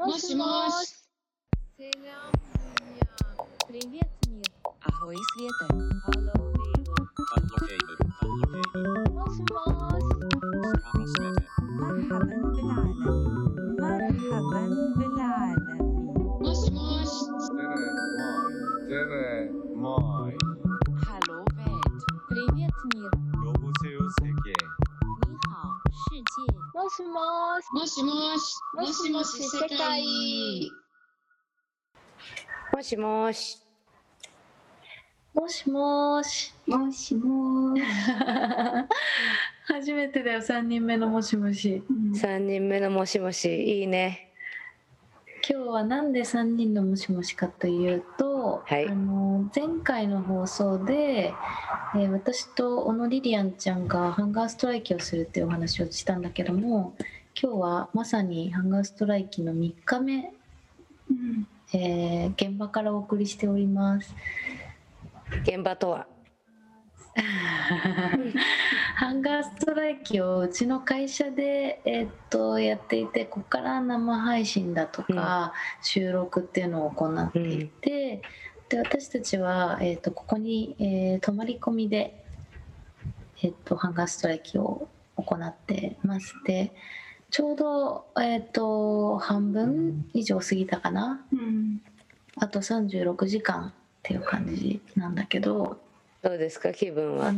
もしもし。 Selam dünya. Привет, мир. Ahoj světe. Hello, people. もしもし。 مرحبا بالعالمين. مرحبا بالعالمين. もしもし。 Teremai. Hallo Welt. Привет, мир. 여보세요 세계. 你好世界。 もしもし。もしもし。もしもし世界。 もしもし。 もしもし。 もしもーし。 初めてだよ、3人目のもしもし。 3人目のもしもし、いいね。 今日はなんで3人のもしもしかというと、 はい前回の放送で、私と小野リリアンちゃんがハンガーストライキをするっていうお話をしたんだけども、今日はまさにハンガーストライキの3日目、現場からお送りしております。 現場とは。 ハンガーストライキをうちの会社で、やっていて、ここから生配信だとか、収録っていうのを行っていて、で私たちは、ここに、泊まり込みで、ハンガーストライキを行ってまして、ちょうど、半分以上過ぎたかな、あと36時間っていう感じなんだけど、 どうですか、気分は。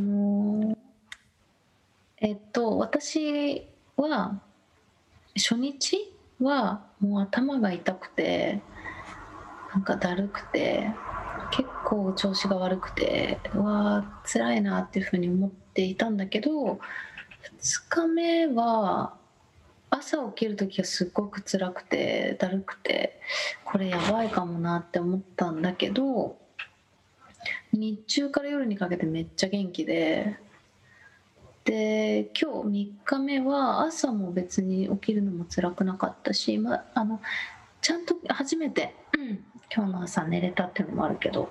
私は初日はもう頭が痛くて、なんかだるくて、結構調子が悪くて、辛いなっていうふうに思っていたんだけど、2日目は朝起きる時はすっごく辛くてだるくて、これやばいかもなって思ったんだけど、日中から夜にかけてめっちゃ元気で、今日3日目は朝も別に起きるのも辛くなかったし、ちゃんと初めて、今日の朝寝れたっていうのもあるけど、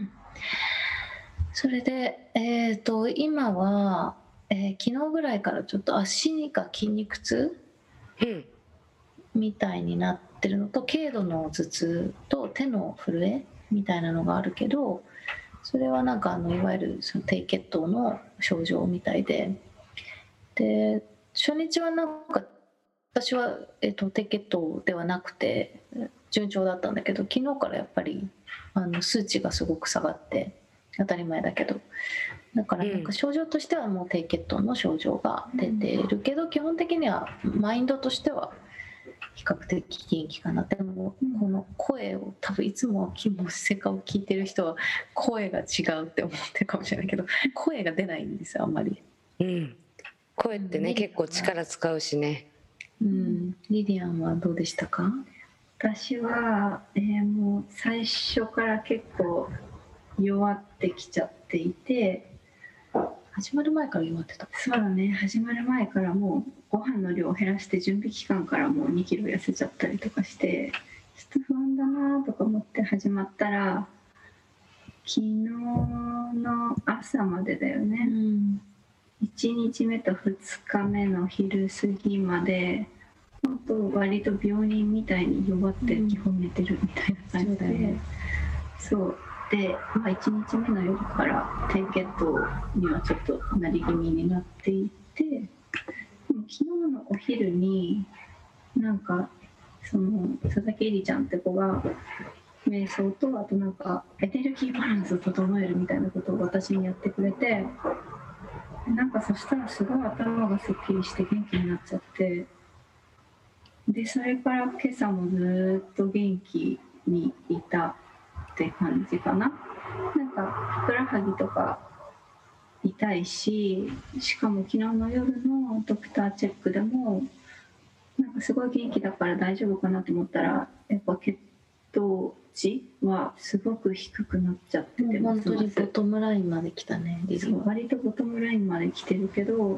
それで、今は、昨日ぐらいからちょっと足が筋肉痛みたいになってるのと、軽度の頭痛と手の震えみたいなのがあるけど、それはなんかいわゆるその低血糖の症状みたいで、初日はなんか私は、低血糖ではなくて順調だったんだけど、昨日からやっぱり数値がすごく下がって、当たり前だけど、だからなんか症状としてはもう低血糖の症状が出ているけど、基本的にはマインドとしては比較的元気かな。でもこの声を多分いつもセカを聞いてる人は声が違うって思ってるかもしれないけど、声が出ないんですよ、あんまり。 声ってね、結構力使うしね。 リリアンはどうでしたか？ 私は、もう最初から結構弱ってきちゃっていて、 始まる前から弱ってた。 そうだね、始まる前からもうご飯の量を減らして準備期間からもう2キロ痩せちゃったりとかして、ちょっと不安だなとか思って始まったら、昨日の朝までだよね、1日目と2日目の昼過ぎまで本当割と病人みたいに弱って基本寝てるみたいな感じで、そうで、1日目の夜から低血糖にはちょっとなり気味になっていて、でも昨日のお昼になんかその佐々木絵里ちゃんって子が瞑想と、あとなんかエネルギーバランスを整えるみたいなことを私にやってくれて、なんかそしたらすごい頭がすっきりして元気になっちゃって、でそれから今朝もずっと元気にいたって感じかな。なんかふくらはぎとか痛いし、しかも昨日の夜のドクターチェックでもなんかすごい元気だから大丈夫かなと思ったら、やっぱ血糖値はすごく低くなっちゃってて、 本当にボトムラインまで来たね。 割とボトムラインまで来てるけど、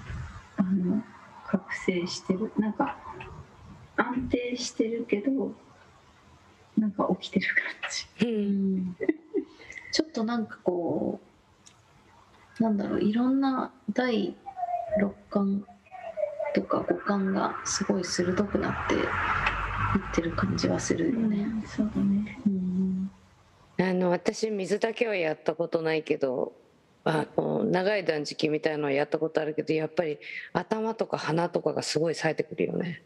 覚醒してる、なんか安定してるけどなんか起きてる感じ、 ちょっとなんかこう、なんだろう、いろんな第六感とか五感がすごい鋭くなってってる感じはするよね。 そうだね。 私水だけはやったことないけど、長い断食みたいのはやったことあるけど、やっぱり頭とか鼻とかがすごい冴えてくるよね。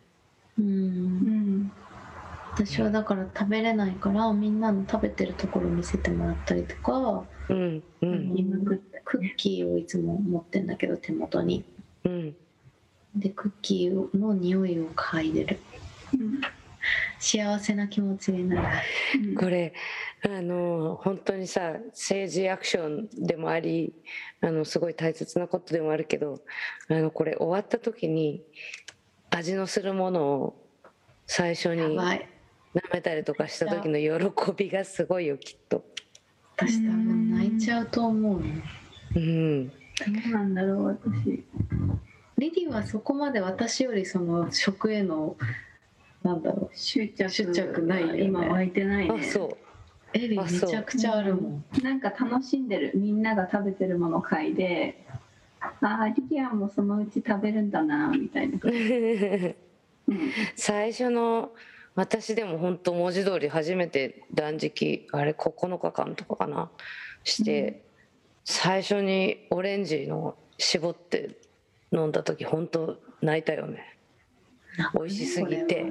私はだから食べれないからみんなの食べてるところ見せてもらったりとか、今クッキーをいつも持ってんだけど手元に、でクッキーの匂いを嗅いでる、幸せな気持ちになる。 これ本当にさ、政治アクションでもありすごい大切なことでもあるけど、これ終わった時に味のするものを最初に舐めたりとかした時の喜びがすごいよ、きっと。 私多分泣いちゃうと思うね。 どうなんだろう、私。 リリーはそこまで私よりその食への執着ないよね。 今湧いてないね。 あ、そう。 エリめちゃくちゃあるもん。 なんか楽しんでる、みんなが食べてるもの嗅いで、リリアもそのうち食べるんだなみたいな。 最初の私でも本当文字通り初めて断食9日間とかかなして、最初にオレンジの絞って飲んだ時本当泣いたよね。美味しすぎて。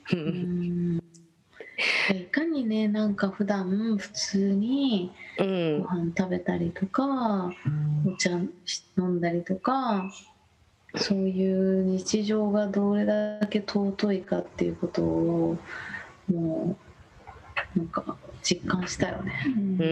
いかにね、なんか普段普通にご飯食べたりとか、お茶飲んだりとか、そういう日常がどれだけ尊いかっていうことをもうなんか実感したよね。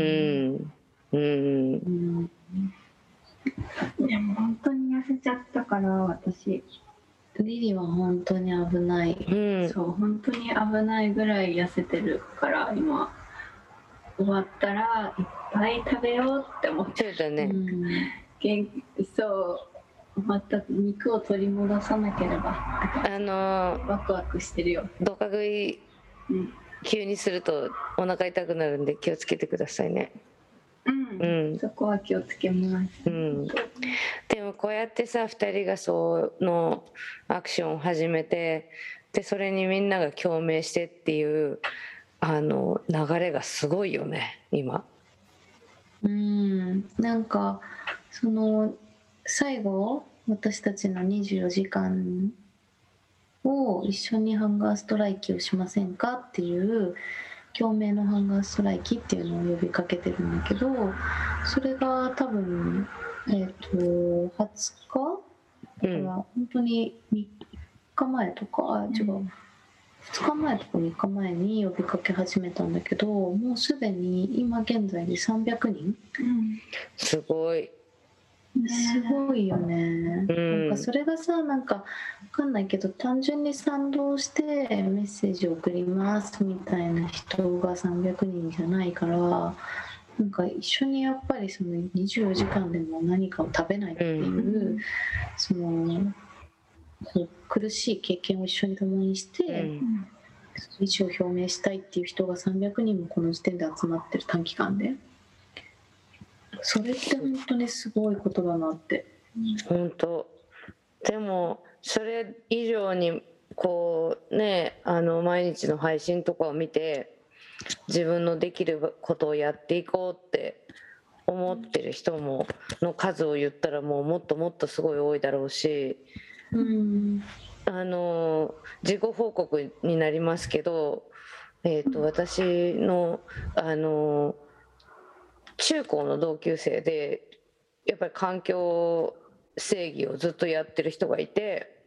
でも本当に痩せちゃったから私。 リリは本当に危ない、 そう本当に危ないぐらい痩せてるから今終わったらいっぱい食べようって思ってる。 そうだね。 そうまた肉を取り戻さなければワクワクしてるよ。 ドカ食い急にするとお腹痛くなるんで気をつけてくださいね。 そこは気をつけます。 でもこうやってさ、2人がそのアクションを始めて、でそれにみんなが共鳴してっていう流れがすごいよね今。 なんかその最後私たちの24時間を一緒にハンガーストライキをしませんかっていう共鳴のハンガーストライキっていうのを呼びかけてるんだけど、それが多分20日だから本当に3日前とか違う2日前とか3日前に呼びかけ始めたんだけど、もうすでに今現在で300人、 すごいすごいよね。なんかそれがさ、なんか分かんないけど単純に賛同してメッセージを送りますみたいな人が300人じゃないから、なんか一緒にやっぱりその24時間でも何かを食べないっていう、その苦しい経験を一緒に共にして、意思を表明したいっていう人が300人もこの時点で集まってる短期間で。それって本当にすごいことだなって。 本当。でもそれ以上にこうね、毎日の配信とかを見て自分のできることをやっていこうって思ってる人もの数を言ったらもっともっとすごい多いだろうし、自己報告になりますけど、私の中高の同級生でやっぱり環境正義をずっとやってる人がいて、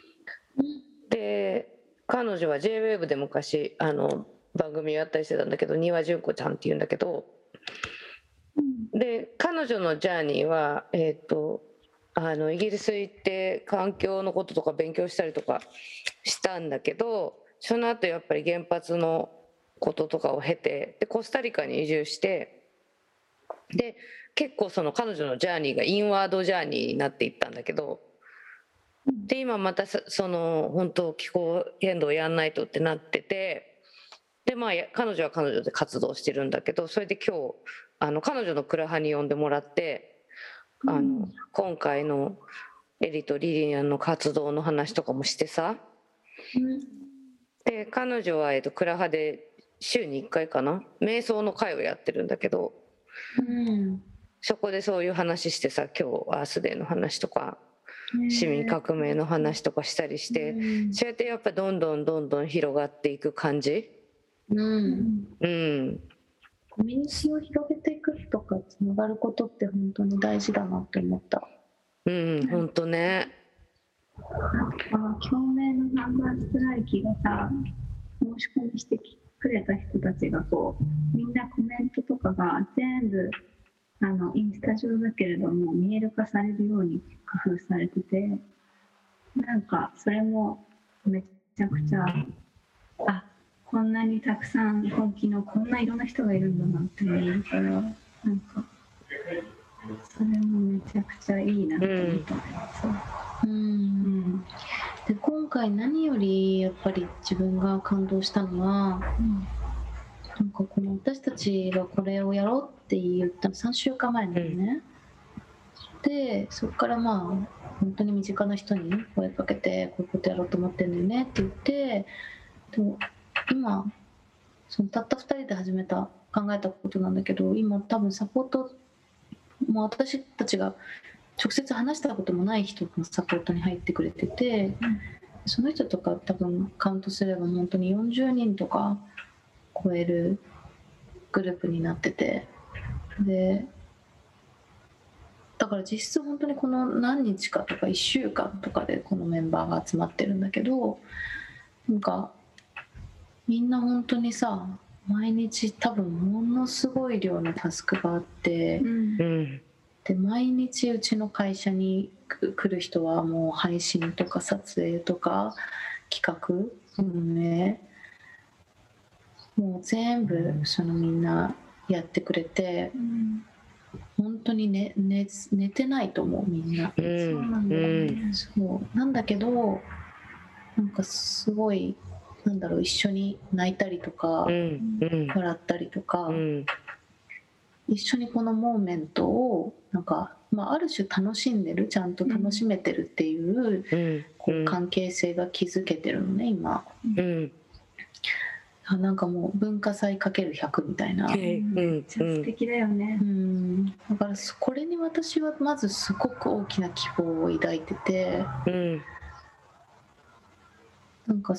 で彼女は JWAVE で昔番組をやったりしてたんだけど、丹羽純子ちゃんっていうんだけど、で彼女のジャーニーはイギリス行って環境のこととか勉強したりとかしたんだけど、その後やっぱり原発のこととかを経て、でコスタリカに移住して、で結構その彼女のジャーニーがインワードジャーニーになっていったんだけど、で今またその本当気候変動やんないとってなってて、で彼女は彼女で活動してるんだけど、それで今日彼女のクラハに呼んでもらって、今回のエリとリリアンの活動の話とかもしてさ、 で彼女は、クラハで週に1回かな瞑想の会をやってるんだけど、そこでそういう話してさ、今日アースデーの話とか市民革命の話とかしたりして、そうやってやっぱどんどん広がっていく感じ。 コミュニティを広げていくとかつながることって本当に大事だなって思った。 本当ね。 共鳴のハンバーストライキがさ、申し込みしてくれた人たちがこうみんなコメントとかが全部インスタ上だけれども見える化されるように工夫されてて、なんかそれもめちゃくちゃこんなにたくさん本気のこんないろんな人がいるんだなって思えるから、なんかそれもめちゃくちゃいいなって思った。 で今回何よりやっぱり自分が感動したのは、なんかこの私たちがこれをやろうって言ったの3週間前なのね。でそこから本当に身近な人に声かけて、こういうことやろうと思ってんだよねって言って、でも今そのたった2人で考えたことなんだけど、今多分サポートも私たちが直接話したこともない人のサポートに入ってくれてて、その人とか多分カウントすれば本当に40人とか超えるグループになってて、でだから実質本当にこの何日かとか1週間とかでこのメンバーが集まってるんだけど、なんかみんな本当にさ、毎日多分ものすごい量のタスクがあって、で毎日うちの会社に来る人はもう配信とか撮影とか企画運営もう全部みんなやってくれて、本当に寝てないと思うみんな。そうなんだよね。そうなんだけど、なんかすごい一緒に泣いたりとか、笑ったりとか、一緒にこのモーメントをなんか、ある種楽しんでる、ちゃんと楽しめてるっていう、こう関係性が築けてるのね今。なんかもう文化祭 ×100 みたいな。 めっちゃ素敵だよね。 だからこれに私はまずすごく大きな希望を抱いてて、なんか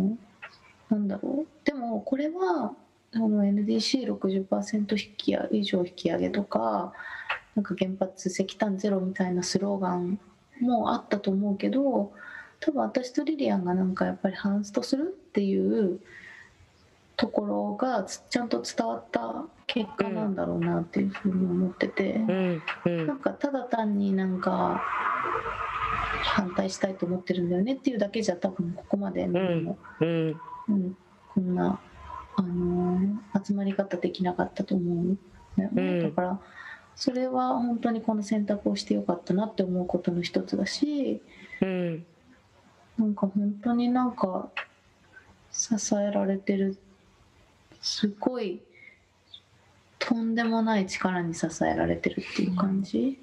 でもこれはNDC60% 以上引き上げとか、なんか原発石炭ゼロみたいなスローガンもあったと思うけど、多分私とリリアンがなんかやっぱりハンストするっていうところがちゃんと伝わった結果なんだろうなっていうふうに思ってて、なんかただ単になんか反対したいと思ってるんだよねっていうだけじゃ多分ここまで何も、こんな集まり方できなかったと思うんだよね。だからそれは本当にこの選択をしてよかったなって思うことの一つだし、なんか本当になんか支えられてる、すごいとんでもない力に支えられてるっていう感じ。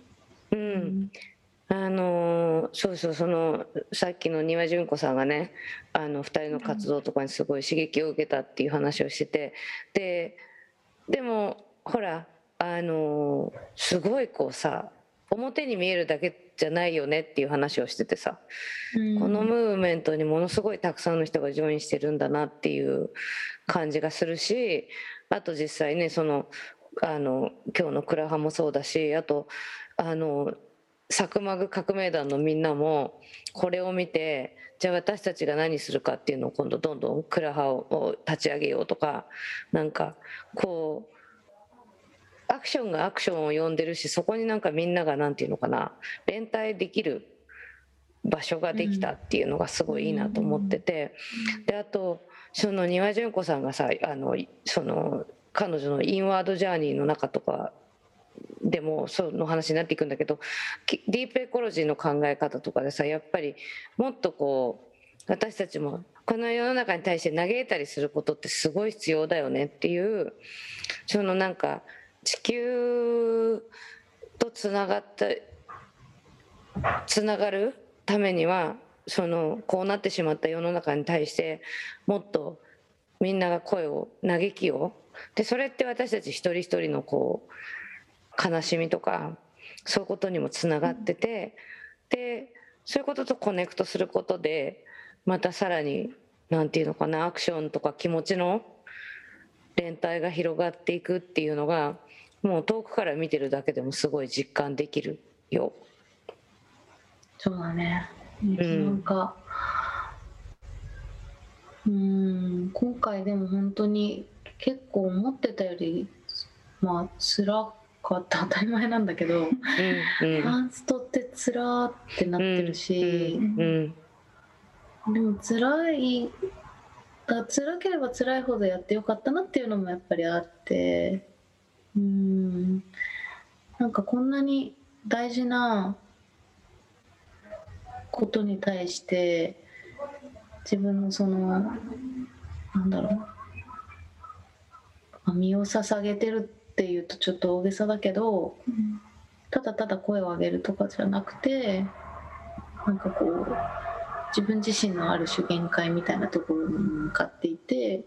そうそう、さっきの丹羽純子さんがね、2人の活動とかにすごい刺激を受けたっていう話をしてて、でもほらすごいこうさ、表に見えるだけじゃないよねっていう話をしててさ、このムーブメントにものすごいたくさんの人がジョインしてるんだなっていう感じがするし、あと実際ね、今日のクラハもそうだし、あとサクマグ革命団のみんなもこれを見て、じゃあ私たちが何するかっていうのを今度どんどんクラハを立ち上げようとか、なんかこうアクションがアクションを呼んでるし、そこになんかみんながなんていうのかな、連帯できる場所ができたっていうのがすごいいいなと思ってて、であと丹羽純子さんがさ、彼女のインワードジャーニーの中とかでもその話になっていくんだけど、ディープエコロジーの考え方とかでさ、やっぱりもっとこう私たちもこの世の中に対して嘆いたりすることってすごい必要だよねっていう、なんか地球とつながるためにはこうなってしまった世の中に対してもっとみんなが声を嘆きをで、それって私たち一人一人のこう悲しみとかそういうことにもつながってて、でそういうこととコネクトすることでまたさらになんていうのかな、アクションとか気持ちの連帯が広がっていくっていうのがもう遠くから見てるだけでもすごい実感できるよ。 そうだね、なんか今回でも本当に結構思ってたよりまあ辛かった、当たり前なんだけど、ハンストって辛ってなってるし、でも辛ければ辛いほどやってよかったなっていうのもやっぱりあって、なんかこんなに大事なことに対して自分のなんだろう、身を捧げてるっていうとちょっと大げさだけど、ただただ声を上げるとかじゃなくて、なんかこう自分自身のある種限界みたいなところに向かっていて、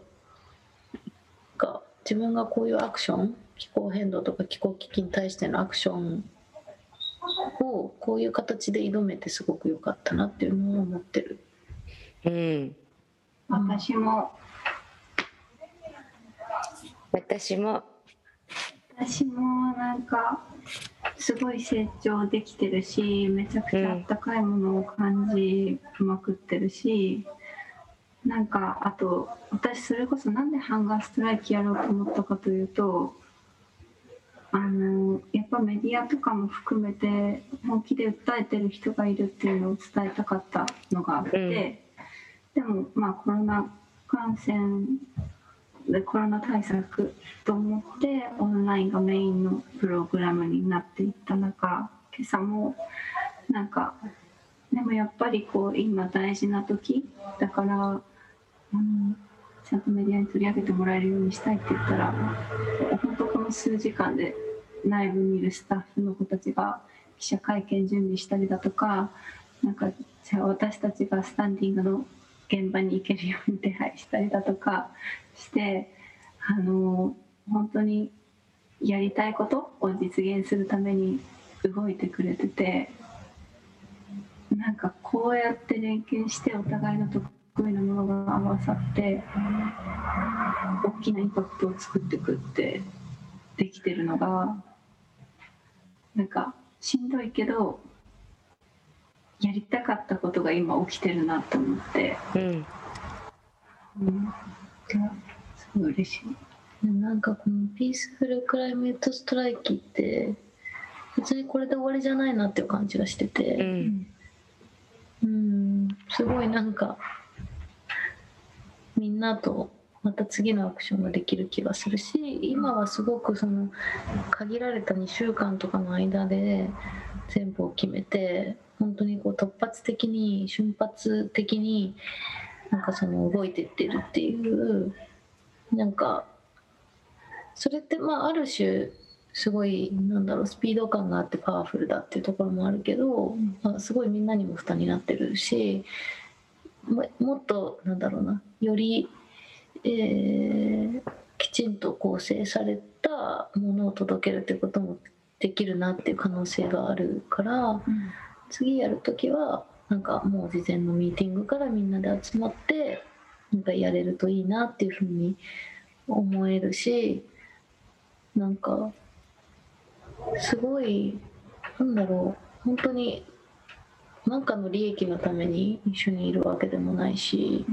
自分がこういうアクション、気候変動とか気候危機に対してのアクションをこういう形で挑めてすごく良かったなっていうのを思ってる。 私もなんかすごい成長できてるし、めちゃくちゃあったかいものを感じまくってるし、なんかあと私それこそなんでハンガーストライキやろうと思ったかというと、やっぱメディアとかも含めて本気で訴えてる人がいるっていうのを伝えたかったのがあって、でもまあコロナ感染でコロナ対策と思ってオンラインがメインのプログラムになっていった中、今朝もなんかでもやっぱりこう今大事な時だからちゃんとメディアに取り上げてもらえるようにしたいって言ったら、本当この数時間で内部にいるスタッフの子たちが記者会見準備したりだとか、なんかじゃあ私たちがスタンディングの現場に行けるように手配したりだとかして、本当にやりたいことを実現するために動いてくれてて、なんかこうやって連携してお互いの得意なものが合わさって大きなインパクトを作っていくってできてるのが、なんかしんどいけどやりたかったことが今起きてるなと思って、すごい嬉しい。 なんかこのピースフルクライメートストライキって別にこれで終わりじゃないなっていう感じがしてて、すごいなんかみんなとまた次のアクションができる気がするし、今はすごく限られた2週間とかの間で全部を決めて、本当にこう突発的に瞬発的になんか動いてってるっていう、なんかそれってまあある種すごいスピード感があってパワフルだっていうところもあるけど、すごいみんなにも負担になってるし、もっとより、きちんと構成されたものを届けるっていうこともできるなっていう可能性があるから、次やるときはなんかもう事前のミーティングからみんなで集まってなんかやれるといいなっていうふうに思えるし、なんかすごい本当に何かの利益のために一緒にいるわけでもないし、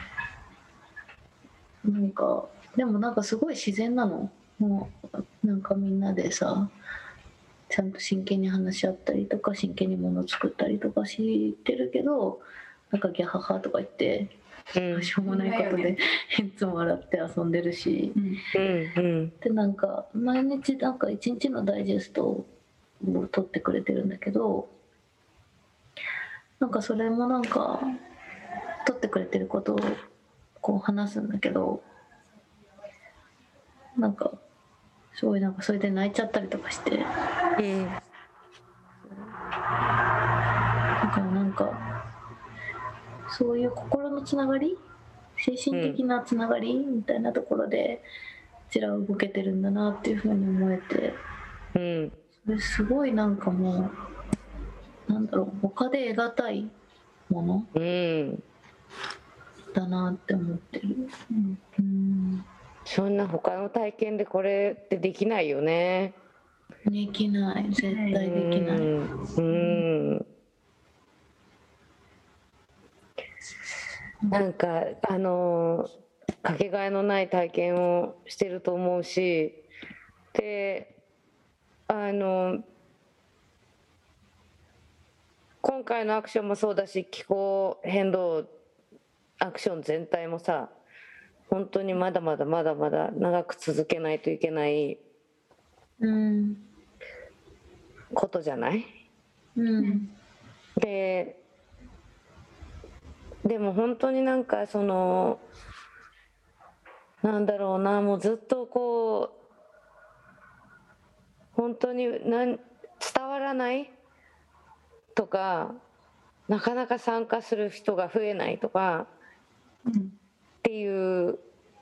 なんかでもなんかすごい自然なの。もうなんかみんなでさ、ちゃんと真剣に話し合ったりとか真剣に物を作ったりとかしてるけど、なんかギャハハとか言って、しょうもないことでいつも笑って遊んでるし、でなんか毎日なんか一日のダイジェストを撮ってくれてるんだけど、なんかそれもなんか撮ってくれてることをこう話すんだけど、なんかすごいなんかそれで泣いちゃったりとかして、だからなんかそういう心のつながり、精神的なつながりみたいなところでこちらは動けてるんだなっていうふうに思えて、それすごいなんかもうなんだろう、他で得難いものだなって思ってる。 そんな他の体験でこれってできないよね。 できない、絶対できない。 なんかかけがえのない体験をしてると思うし、で今回のアクションもそうだし、気候変動アクション全体もさ、本当にまだまだ長く続けないといけないことじゃない？でも本当になんかそのなんだろうな、もうずっとこう本当に伝わらないとか、なかなか参加する人が増えないとかっていう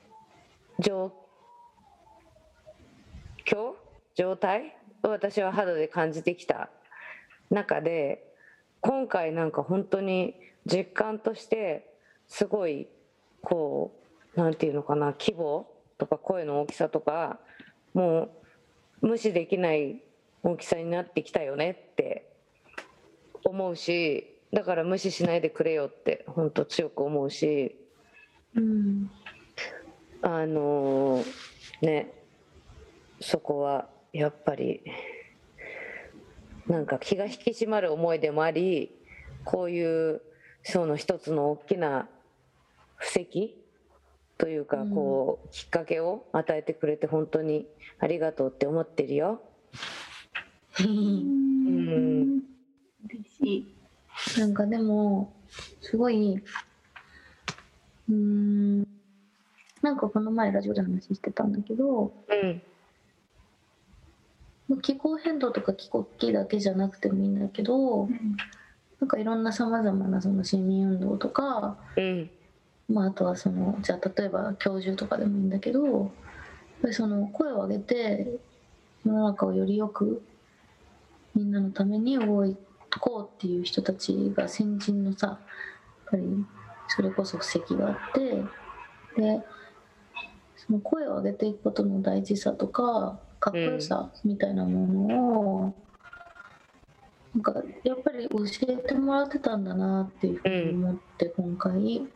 状態を私は肌で感じてきた中で、今回なんか本当に実感としてすごいこうなんていうのかな、規模とか声の大きさとかもう無視できない大きさになってきたよねって思うし、だから無視しないでくれよって本当強く思うし、ね、そこはやっぱりなんか気が引き締まる思いでもあり、こういうその一つの大きな布石というか、こうきっかけを与えてくれて本当にありがとうって思ってるよ。 嬉しい。 なんかでもすごいなんかこの前ラジオで話してたんだけど、気候変動とか気候危機だけじゃなくてもいいんだけど、なんかいろんなさまざまなその市民運動とか、あとはそのじゃあ例えば教授とかでもいいんだけど、やっぱりその声を上げて世の中をよりよくみんなのために動こうっていう人たちが先人のさ、やっぱりそれこそ布石があって、でその声を上げていくことの大事さとかかっこよさみたいなものをなんかやっぱり教えてもらってたんだなっていうふうに思って、今回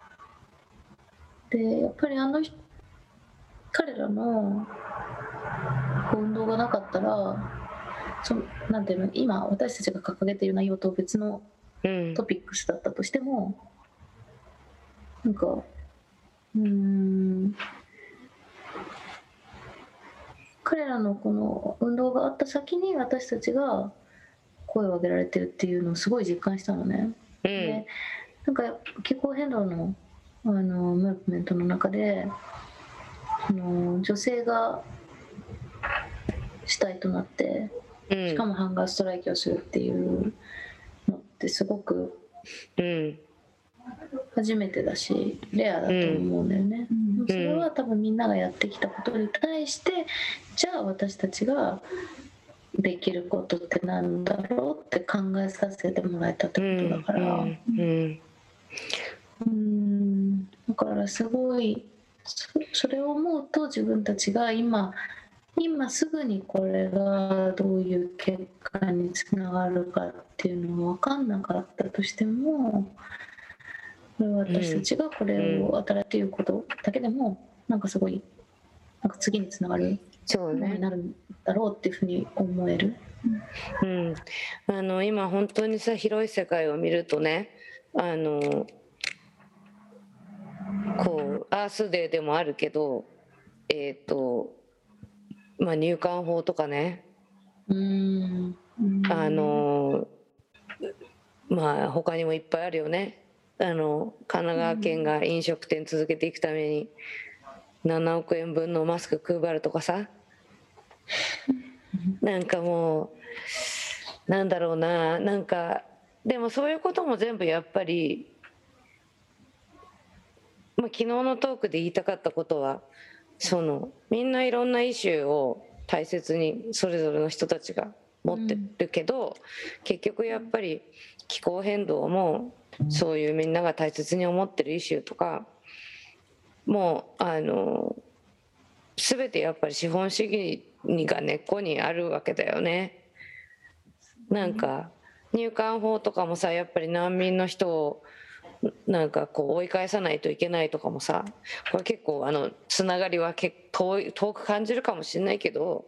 でやっぱり彼らの運動がなかったら、なんていうの、今私たちが掲げている内容と別のトピックスだったとしても、なんか彼らのこの運動があった先に私たちが声を上げられてるっていうのをすごい実感したのね。でなんか気候変動のムーブメントの中で女性が主体となって、しかもハンガーストライキをするっていうのってすごく初めてだしレアだと思うんだよね。それは多分みんながやってきたことに対して、じゃあ私たちができることってなんだろうって考えさせてもらえたってことだから、だからすごいそれを思うと、自分たちが今すぐにこれがどういう結果につながるかっていうのは分かんなかったとしても、これは私たちがこれを与えるということだけでもなんかすごいなんか次につながるものになるんだろうっていうふうに思える。 今本当にさ、広い世界を見るとね、こうアースデーでもあるけど、入管法とかね、他にもいっぱいあるよね。神奈川県が飲食店続けていくために7億円分のマスク配るとかさ、なんかもうなんだろうな、なんかでもそういうことも全部やっぱりまあ、昨日のトークで言いたかったことはみんないろんなイシューを大切にそれぞれの人たちが持ってるけど、結局やっぱり気候変動もそういうみんなが大切に思ってるイシューとかもう全てやっぱり資本主義が根っこにあるわけだよね。なんか入管法とかもさ、やっぱり難民の人をなんかこう追い返さないといけないとかもさ、これ結構つながりは遠く感じるかもしれないけど、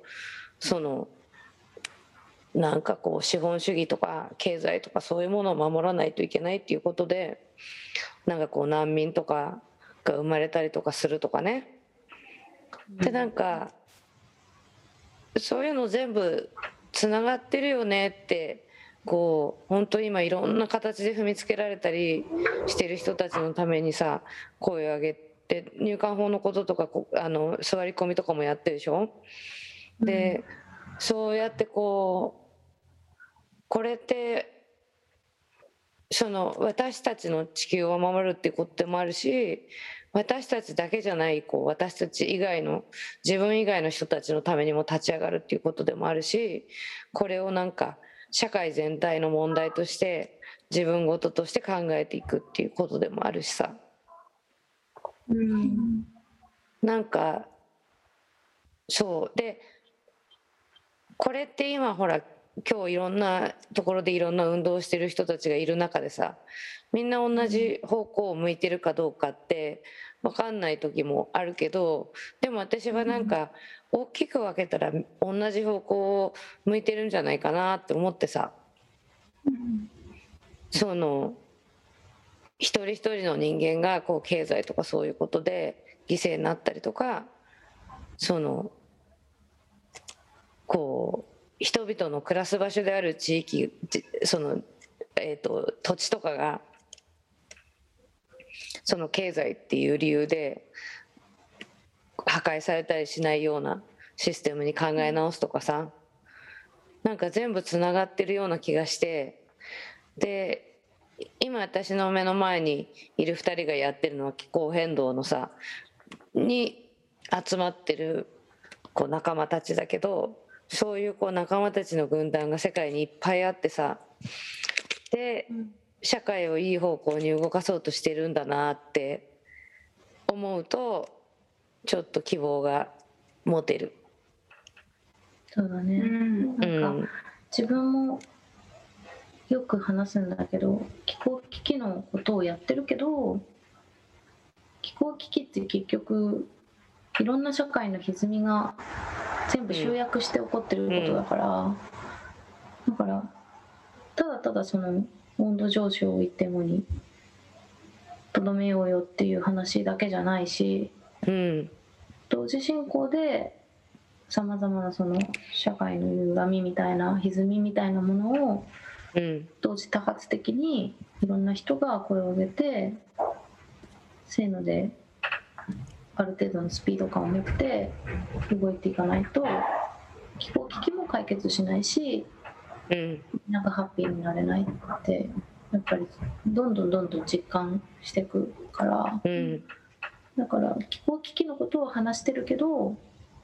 なんかこう資本主義とか経済とかそういうものを守らないといけないっていうことで、なんかこう難民とかが生まれたりとかするとかね。でなんかそういうの全部つながってるよねってこう本当に今いろんな形で踏みつけられたりしてる人たちのためにさ、声を上げて入管法のこととか座り込みとかもやってるでしょ。でそうやってこれって私たちの地球を守るっていうことでもあるし、私たちだけじゃない私たち以外の自分以外の人たちのためにも立ち上がるっていうことでもあるし、これをなんか社会全体の問題として自分事として考えていくっていうことでもあるしさ、なんかそうで、これって今ほら今日いろんなところでいろんな運動をしてる人たちがいる中でさ、みんな同じ方向を向いてるかどうかって分かんない時もあるけど、でも私はなんか大きく分けたら同じ方向を向いてるんじゃないかなって思ってさ、一人一人の人間が経済とかそういうことで犠牲になったりとか、人々の暮らす場所である地域、土地とかが経済っていう理由で破壊されたりしないようなシステムに考え直すとかさ、なんか全部つながってるような気がして、で今私の目の前にいる2人がやってるのは気候変動のさに集まってる仲間たちだけど、そういう仲間たちの軍団が世界にいっぱいあってさ、で社会をいい方向に動かそうとしてるんだなって思うとちょっと希望が持てる。 そうだね、なんか自分もよく話すんだけど、気候危機のことをやってるけど、気候危機って結局いろんな社会の歪みが全部集約して起こってることだから、だからただただ温度上昇を一定後にとどめようよっていう話だけじゃないし、同時進行でさまざまな社会の歪みみたいな歪みみたいなものを同時多発的にいろんな人が声を上げて、せーのである程度のスピード感を持って動いていかないと気候危機も解決しないし、なんかハッピーになれないってやっぱりどんどん実感していくから、だから気候危機のことを話してるけど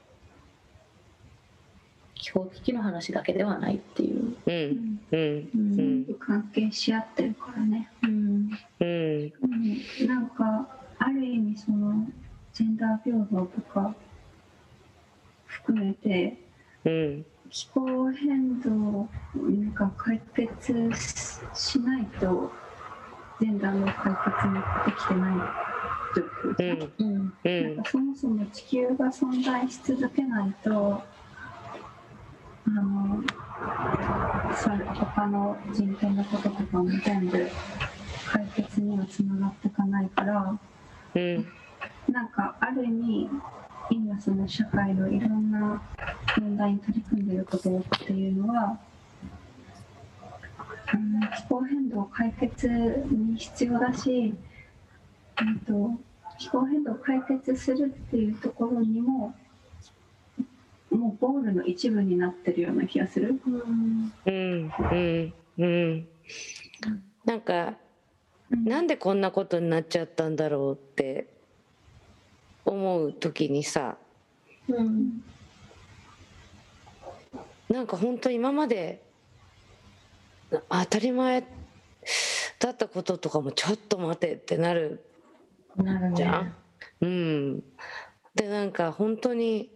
気候危機の話だけではないっていう、 全部関係し合ってるからね。なんかある意味ジェンダー平等とか含めて、気候変動が解決しないとジェンダーの解決もできてない状況じゃん。なんかそもそも地球が存在し続けないと他の人権のこととかも全部解決にはつながっていかないから、なんかある意味今社会のいろんな問題に取り組んでいることっていうのは気候変動解決に必要だし、気候変動を解決するっていうところにももうゴールの一部になってるような気がする。 なんかなんでこんなことになっちゃったんだろうって思う時にさ、 うんなんか本当今まで当たり前だったこととかもちょっと待てってなるなるね。 じゃん。うん。でなんか本当に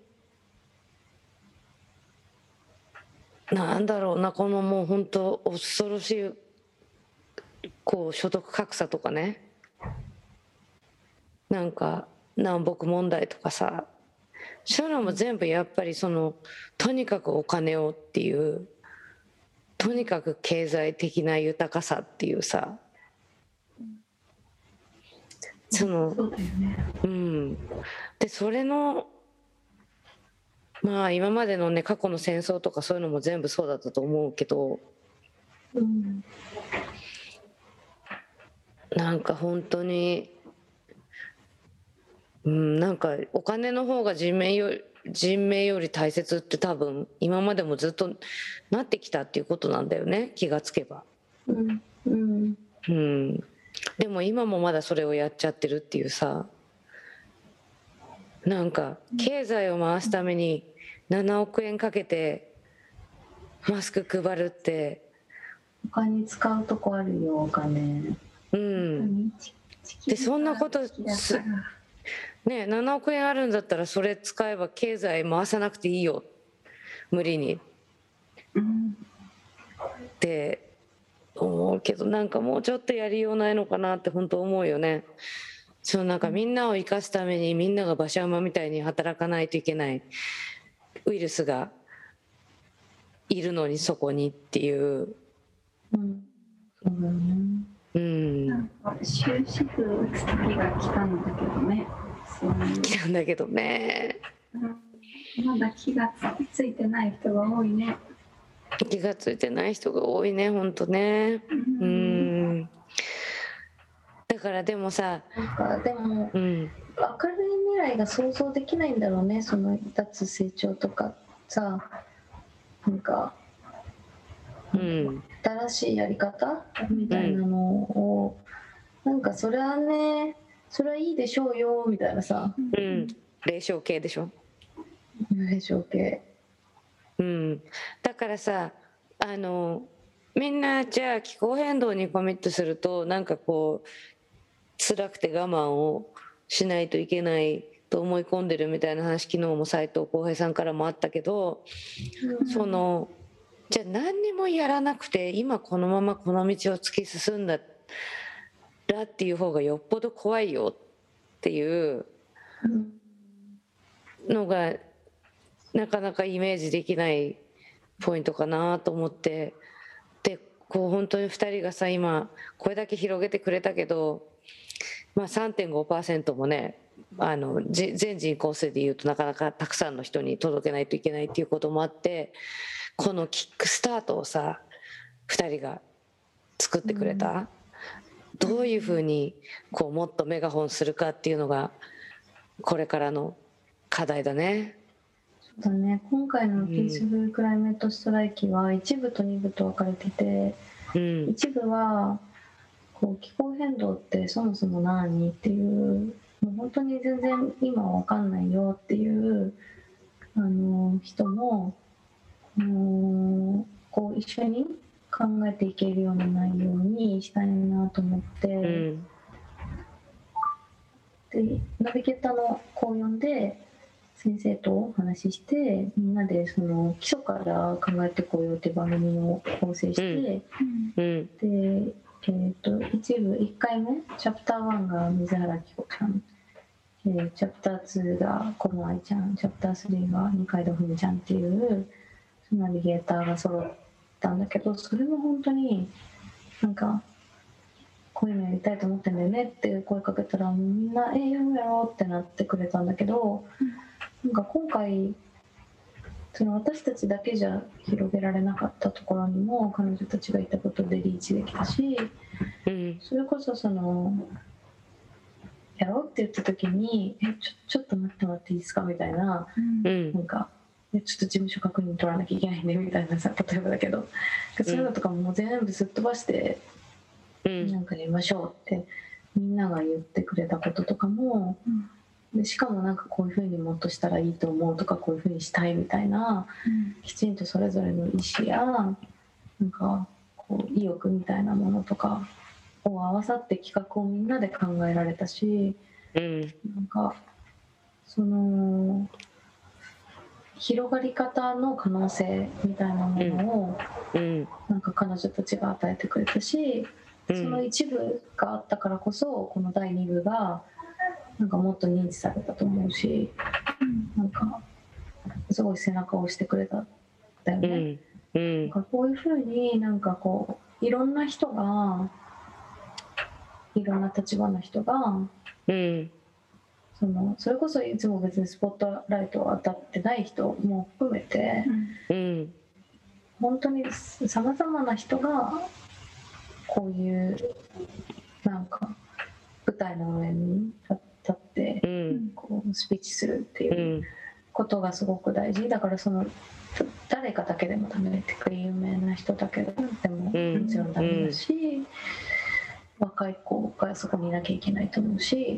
なんだろうな、このもう本当恐ろしいこう所得格差とかね、なんか南北問題とかさ、そういうのも全部やっぱりそのとにかくお金をっていう、とにかく経済的な豊かさっていうさ、そのそうだよね。 うんでそれのまあ今までのね過去の戦争とかそういうのも全部そうだったと思うけど、 うんなんか本当になんかお金の方が人命より大切って多分今までもずっとなってきたっていうことなんだよね、気がつけば。 うんうんでも今もまだそれをやっちゃってるっていうさ、なんか経済を回すために7億円かけてマスク配るって、 他に使うとこあるよ、お金。 でそんなことね、7億円あるんだったらそれ使えば経済回さなくていいよ、無理にって思うけど、なんかもうちょっとやりようないのかなって本当思うよね。そうなんかみんなを生かすためにみんなが馬車馬みたいに働かないといけないウイルスがいるのにそこにっていう。 そうだよね。 なんか終止符を打つ時が来たんだけどね。 来たんだけどね。 まだ気がついてない人が多いね。 気がついてない人が多いね、本当ね。だからでもさ、 なんかでも、明るい未来が想像できないんだろうね、その脱成長とかさ、なんか、新しいやり方みたいなのを、なんかそれはね、それはいいでしょうよみたいなさ、 霊障系でしょ。 霊障系。 だからさ、みんなじゃあ気候変動にコミットするとなんかこう辛くて我慢をしないといけないと思い込んでるみたいな話、昨日も斉藤浩平さんからもあったけど、そのじゃあ何にもやらなくて今このままこの道を突き進んだらっていう方がよっぽど怖いよっていうのがなかなかイメージできないポイントかなと思って、でこう本当に2人がさ今これだけ広げてくれたけど、まあ 3.5% もね、全人口数でいうとなかなかたくさんの人に届けないといけないっていうこともあって、このキックスタートをさ2人が作ってくれた、どういうふうにこうもっとメガホンするかっていうのがこれからの課題だね。 そうだね、今回のピースフルクライメットストライキは1部と2部と分かれてて、一部はこう気候変動ってそもそも何っていう、もう本当に全然今は分かんないよっていう人もこう一緒に考えていけるような内容にしたいなと思って、でナビゲーターの子を呼んで先生とお話しして、みんなでその基礎から考えてこうよっていう番組を構成して、で一部1回目チャプター1が水原希子ちゃん、チャプター2が小野愛ちゃん、チャプター3が二階堂ふみちゃんっていうナビゲーターが揃ったんだけど、それも本当になんかこういうのやりたいと思ってんだよねって声かけたら、みんなやろうやろうってなってくれたんだけど、なんか今回その私たちだけじゃ広げられなかったところにも彼女たちがいたことでリーチできたし、それこそそのやろうって言った時にちょっと待ってもらっていいですかみたいな、なんかちょっと事務所確認取らなきゃいけないんでみたいなさ、例えばだけど、そういうのとかも全部すっ飛ばして、なんかやりましょうってみんなが言ってくれたこととかも、 でしかもなんかこういうふうにもっとしたらいいと思うとかこういうふうにしたいみたいなきちんとそれぞれの意思やなんかこう意欲みたいなものとかを合わさって企画をみんなで考えられたし、なんかその広がり方の可能性みたいなものをなんか彼女たちが与えてくれたし、その一部があったからこそこの第2部がなんかもっと認知されたと思うし、なんかすごい背中を押してくれたんだよね。なんかこういうふうになんかこういろんな人がいろんな立場の人が、それこそいつも別にスポットライト当たってない人も含めて、本当にさまざまな人がこういうなんか舞台の上に立って、こうスピーチするっていうことがすごく大事だから、その誰かだけでもダメって有名な人だけでももちろんダメだし、若い子がそこにいなきゃいけないと思うし、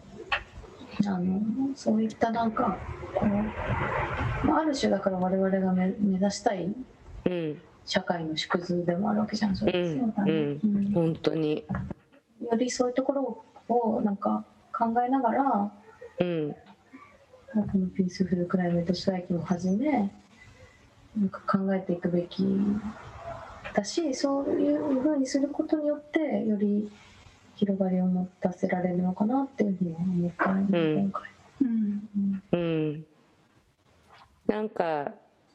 そういったなんかこう、ある種だから我々が目指したい社会の縮図でもあるわけじゃん。それ本当によりそういうところをなんか考えながら、このピースフルクライメートストライキもはじめなんか考えていくべきだし、そういうふうにすることによってより広がりを持たせられるのかなっていうふうに思ったね、今回。 なんか、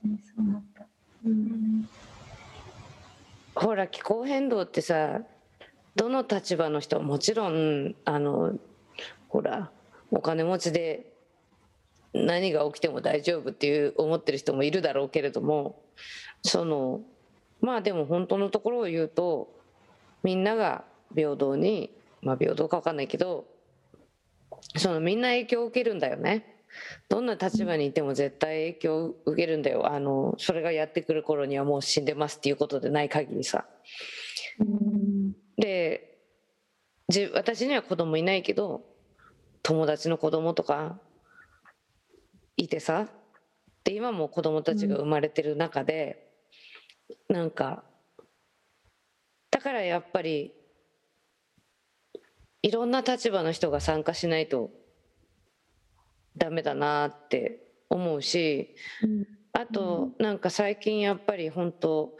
ほら気候変動ってさ、どの立場の人はもちろんほらお金持ちで何が起きても大丈夫っていう思ってる人もいるだろうけれども、まあでも本当のところを言うと、みんなが平等に、まあ平等か分かんないけど、みんな影響を受けるんだよね。どんな立場にいても絶対影響を受けるんだよ。それがやってくる頃にはもう死んでますっていうことでない限りさ。で、私には子供いないけど友達の子供とかいてさ、で今も子供たちが生まれてる中で、なんかだからやっぱりいろんな立場の人が参加しないとダメだなって思うし、あとなんか最近やっぱり本当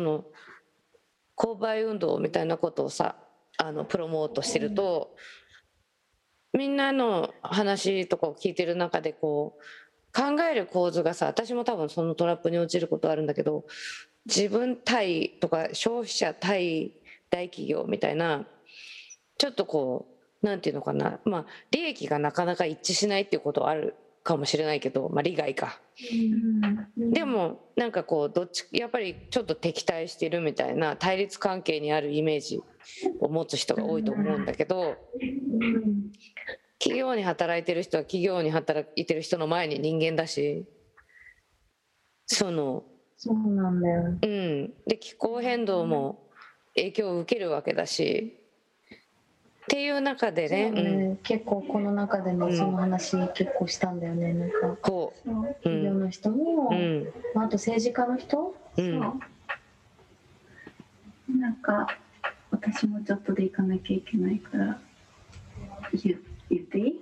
購買運動みたいなことをさプロモートしてると、みんなの話とかを聞いてる中でこう考える構図がさ、私も多分そのトラップに落ちることあるんだけど、自分対とか消費者対大企業みたいな、ちょっとこうなんていうのかな、まあ利益がなかなか一致しないっていうことはあるかもしれないけど、まあ利害か、でもなんかこうどっちやっぱりちょっと敵対してるみたいな対立関係にあるイメージを持つ人が多いと思うんだけど、企業に働いてる人は企業に働いてる人の前に人間だし、 そうなんだよ。 で気候変動も影響を受けるわけだしっていう中でね、 結構この中でもその話結構したんだよね。なんか企業の人も、あと政治家の人、 なんか私もちょっとで行かなきゃいけないから言っていい？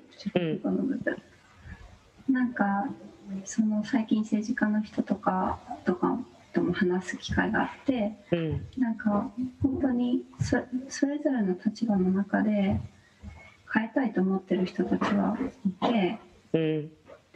なんか最近政治家の人とかとも話す機会があって、なんか本当にそれぞれの立場の中で変えたいと思ってる人たちはいて、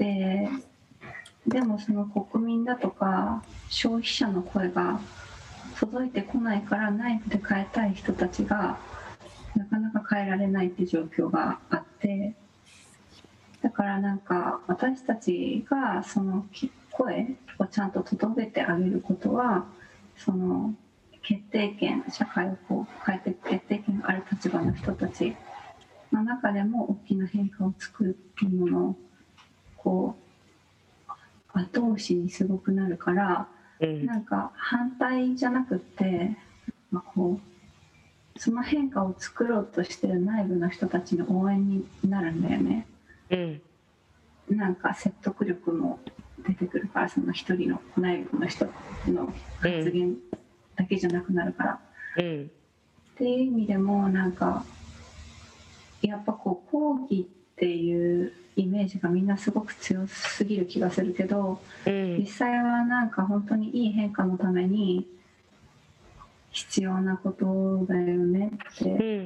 でもその国民だとか消費者の声が届いてこないから、内部で変えたい人たちがなかなか変えられないっていう状況があって、だからなんか私たちがその声をちゃんと届けてあげることは、その決定権、社会をこう変えていく決定権がある立場の人たちの中でも大きな変化を作るっていうものをこう後押しにすごくなるから、なんか反対じゃなくて、こうその変化を作ろうとしてる内部の人たちの応援になるんだよね。 なんか説得力も出てくるから、その一人の内部の人の発言だけじゃなくなるから、っていう意味でもなんかやっぱこう講義っていうイメージがみんなすごく強すぎる気がするけど、実際はなんか本当にいい変化のために必要なことだよねって、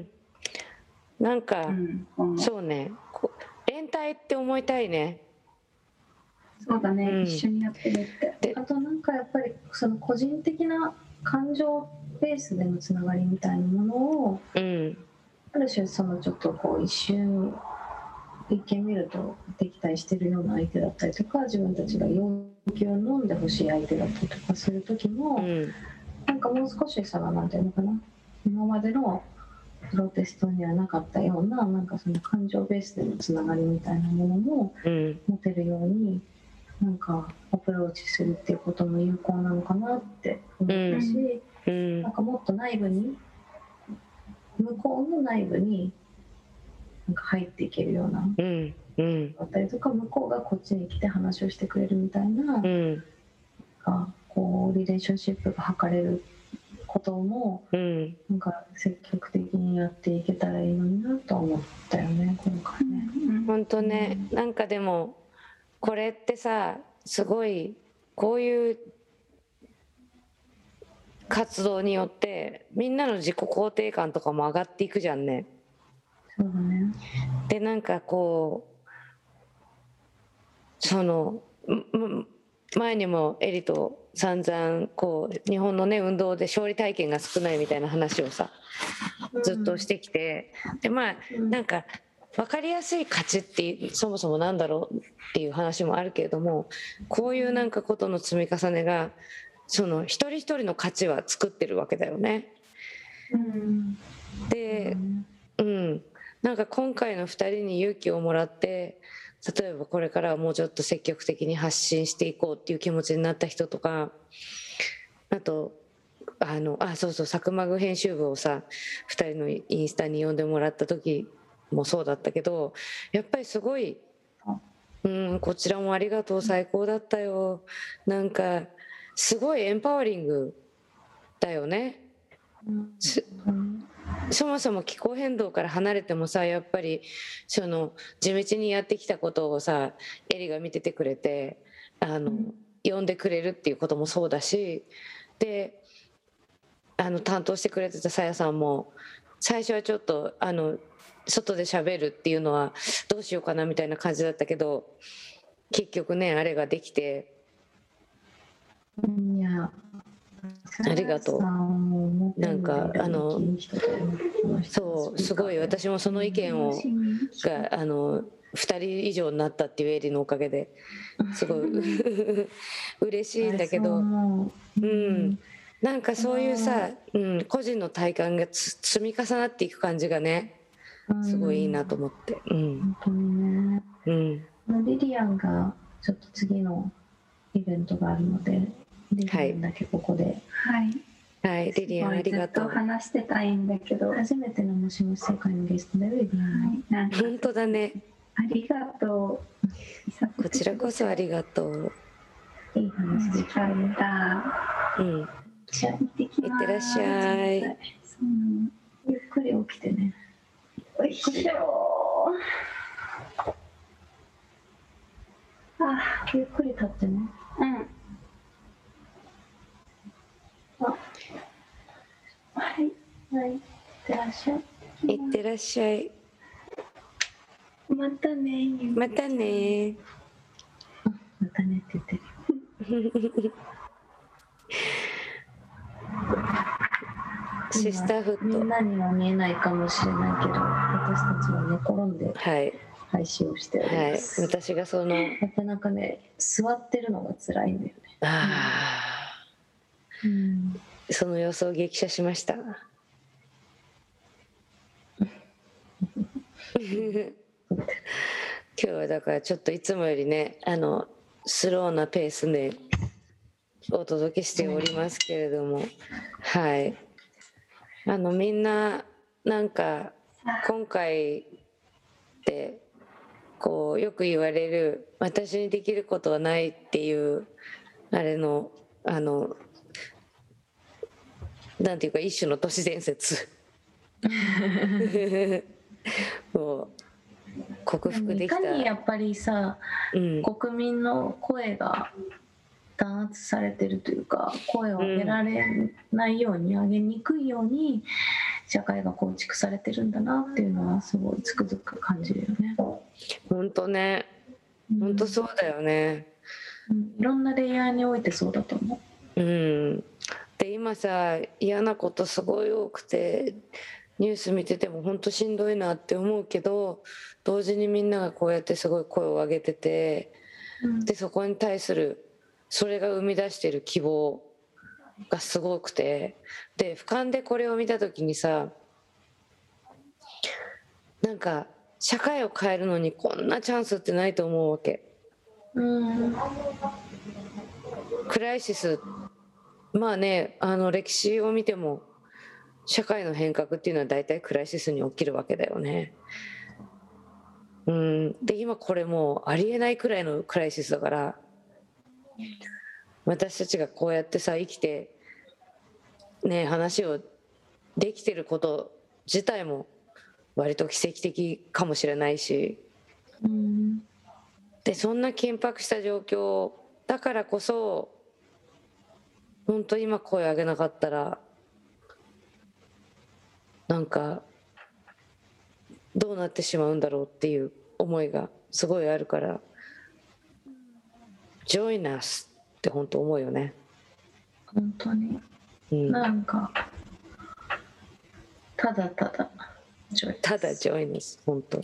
なんか、そうね、連帯って思いたいね。 そうだね、一緒にやってるって。 あとなんかやっぱりその個人的な感情ベースでのつながりみたいなものを、ある種そのちょっとこう一瞬一見見ると敵対してるような相手だったりとか、自分たちが要求を飲んでほしい相手だったりとかする時も、なんかもう少しそのなんていうのかな、今までのプロテストにはなかったような、なんかその感情ベースでのつながりみたいなものも持てるように、なんかアプローチするっていうことも有効なのかなって思ったし、なんかもっと内部に、向こうの内部になんか入っていけるような、だったりとか、向こうがこっちに来て話をしてくれるみたいな、なんかこうリレーションシップが図れることも、なんか積極的にやっていけたらいいのになと思ったよね、今回ね。 本当ね、なんかでもこれってさ、すごいこういう活動によってみんなの自己肯定感とかも上がっていくじゃんね。 そうだね。 でなんかこうその前にもエリと散々こう日本のね運動で勝利体験が少ないみたいな話をさずっとしてきて、でまあなんか分かりやすい勝ちってそもそもなんだろうっていう話もあるけれども、こういうなんかことの積み重ねがその一人一人の価値は作ってるわけだよね。で、なんか今回の2人に勇気をもらって、例えばこれからはもうちょっと積極的に発信していこうっていう気持ちになった人とか、あとそうそう、サクマグ編集部をさ2人のインスタに呼んでもらった時もそうだったけど、やっぱりすごい、こちらもありがとう、最高だったよ、なんかすごいエンパワリングだよね。そもそも気候変動から離れてもさ、やっぱりその地道にやってきたことをさエリが見ててくれて呼んでくれるっていうこともそうだし、で担当してくれてたさやさんも最初はちょっと外で喋るっていうのはどうしようかなみたいな感じだったけど、結局ねあれができて、 いやありがとう。なんかそうすごい私もその意見が2人以上になったっていうエリのおかげですごい嬉しいんだけど、なんかそういうさ、個人の体感が積み重なっていく感じがねすごいいいなと思って。 本当にね。リリアンがちょっと次のイベントがあるので、リリアンだけここで。 はい、リリアンありがとう。 ずっと話してたいんだけど、 初めてのもしもし世界のゲストだよ、リリアン。 本当だね。 ありがとう。こちらこそありがとう。 いい話できた。 じゃあ行ってきます。 いってらっしゃい。 ゆっくり起きてね。 おいしょゆっくり立ってね。はい、いってらっしゃい。 いってらっしゃい。 またね。 またね。 またねって言ってる。 シスターフット。 みんなには見えないかもしれないけど、私たちは寝転んで配信をしております。 私がそのやっぱなんかね、座ってるのが辛いんだよね。 その様子を激写しました。今日はだからちょっといつもよりねスローなペースでお届けしておりますけれども、みんななんか今回でこうよく言われる私にできることはないっていうあれのなんていうか一種の都市伝説を克服できた。 いかにやっぱりさ、国民の声が弾圧されてるというか、声を上げられないように、上げにくいように社会が構築されてるんだなっていうのはすごいつくづく感じるよね。 本当ね、本当そうだよね。 いろんなレイヤーにおいてそうだと思う。 で今さ嫌なことすごい多くてニュース見てても本当しんどいなって思うけど、同時にみんながこうやってすごい声を上げてて、でそこに対するそれが生み出している希望がすごくて、で俯瞰でこれを見た時にさ、なんか社会を変えるのにこんなチャンスってないと思うわけ。クライシス、まあね、歴史を見ても社会の変革っていうのは大体クライシスに起きるわけだよね。で今これもうありえないくらいのクライシスだから、私たちがこうやってさ生きてね話をできてること自体も割と奇跡的かもしれないし、でそんな緊迫した状況だからこそ本当今声上げなかったらなんかどうなってしまうんだろうっていう思いがすごいあるから、 Join us って本当思うよね。 本当に、なんかただただ Join us 本当、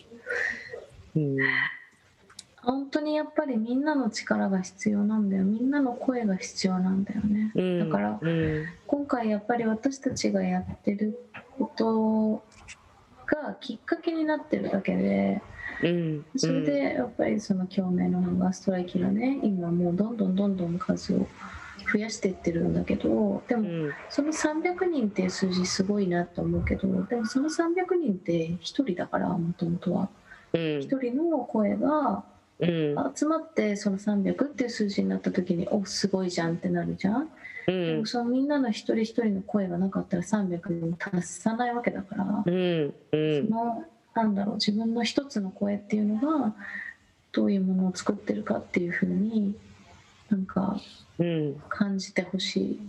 本当にやっぱりみんなの力が必要なんだよ。みんなの声が必要なんだよね。だから、今回やっぱり私たちがやってることがきっかけになってるだけで、それでやっぱりその共鳴のハンガーストライキがね、今もうどんどん数を増やしていってるんだけど、でもその300人っていう数字すごいなと思うけど、でもその300人って1人だから、もともとは1人の声が集まってその300っていう数字になった時におすごいじゃんってなるじゃん。でもそのみんなの一人一人の声がなかったら300に達さないわけだから、そのなんだろう、自分の一つの声っていうのがどういうものを作ってるかっていうふうになんか感じてほしい。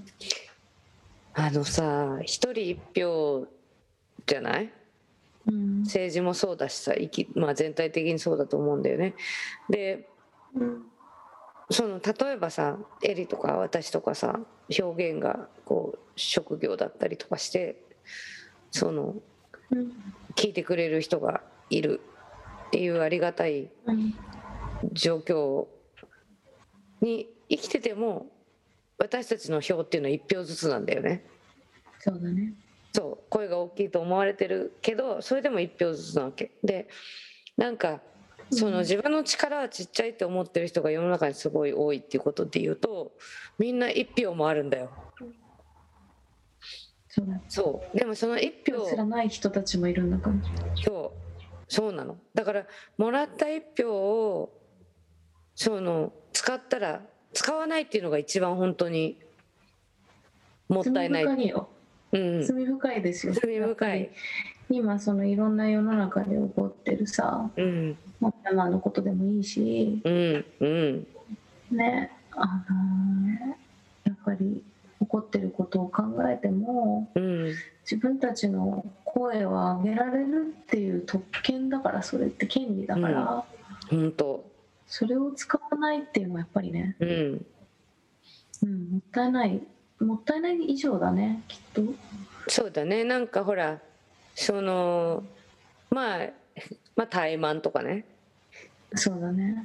さ一人一票じゃない、政治もそうだしさ、全体的にそうだと思うんだよね。で、その例えばさエリとか私とかさ表現がこう職業だったりとかして、その聞いてくれる人がいるっていうありがたい状況に生きてても私たちの票っていうのは1票ずつなんだよね。 そうだね。 そう声が大きいと思われてるけどそれでも1票ずつなわけで、なんかその自分の力はちっちゃいって思ってる人が世の中にすごい多いっていうことで言うと、みんな1票もあるんだよ。そうでもその1票知らない人たちもいるんだから。 そうなの。だからもらった1票を使ったら使わないっていうのが一番本当にもったいない。 罪深いよ。罪深いですよ。 罪深い。 今そのいろんな世の中で起こってるさ、山のことでもいいし、ね、やっぱり起こってることを考えても、自分たちの声を上げられるっていう特権だから、それって権利だから、 本当それを使わないっていうのはやっぱりね、もったいない以上だね、きっと。 そうだね。なんかほらまあ怠慢とかね。 そうだね。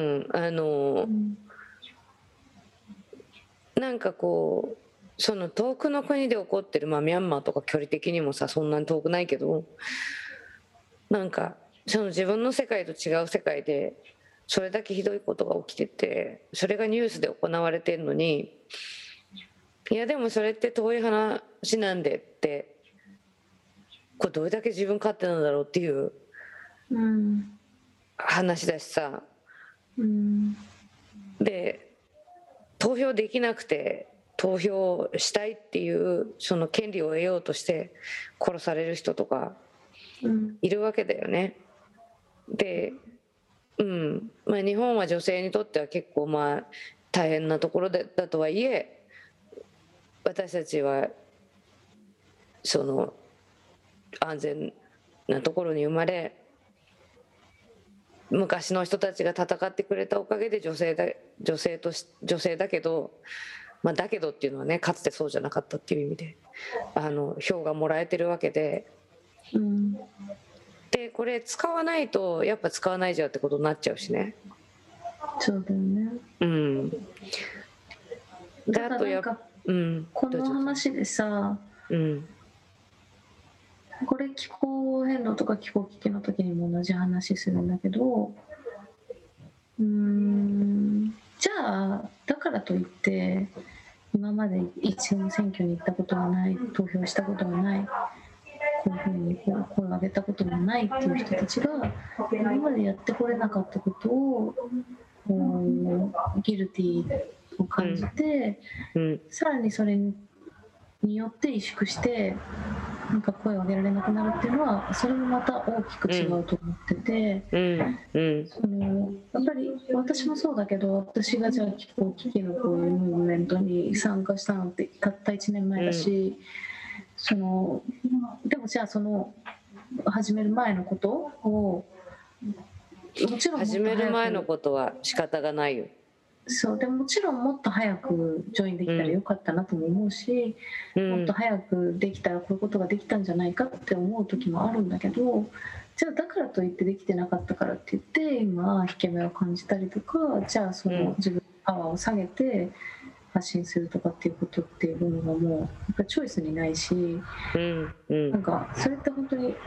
なんかこうその遠くの国で起こってる、ミャンマーとか距離的にもさそんなに遠くないけど、なんかその自分の世界と違う世界でそれだけひどいことが起きてて、それがニュースで行われてるのに、いやでもそれって遠い話なんでって、これどれだけ自分勝手なんだろうっていう話だしさ、 うんで投票できなくて投票したいっていうその権利を得ようとして殺される人とかうんいるわけだよね。で、まあ、日本は女性にとっては結構まあ大変なところだとはいえ、私たちはその安全なところに生まれ、昔の人たちが戦ってくれたおかげで女性だけど、まあ、だけどっていうのはね、かつてそうじゃなかったっていう意味で票がもらえてるわけで、 うんでこれ使わないとやっぱ使わないじゃんってことになっちゃうしね。 そうだよね。 でたあとだなんかこどうぞの話でさ、これ気候変動とか気候危機の時にも同じ話するんだけど、じゃあだからといって今まで一度も選挙に行ったことがない、投票したことがない、こういうふうに声を上げたことがないっていう人たちが今までやってこれなかったことをギルティを感じて、さらにそれによって萎縮してなんか声を上げられなくなるっていうのは、それもまた大きく違うと思ってて、やっぱり私もそうだけど、私がじゃあ気候危機のこういうムーブメントに参加したのってたった1年前だし、でもじゃあその始める前のことをもちろん始める前のことは仕方がないよ。 そうでもちろんもっと早くジョインできたらよかったなとも思うし、もっと早くできたらこういうことができたんじゃないかって思う時もあるんだけど、じゃあだからといってできてなかったからって言って今引け目を感じたりとか、じゃあその自分のパワーを下げて発信するとかっていうことっていうのがもうやっぱりチョイスにないし、なんかそれって本当に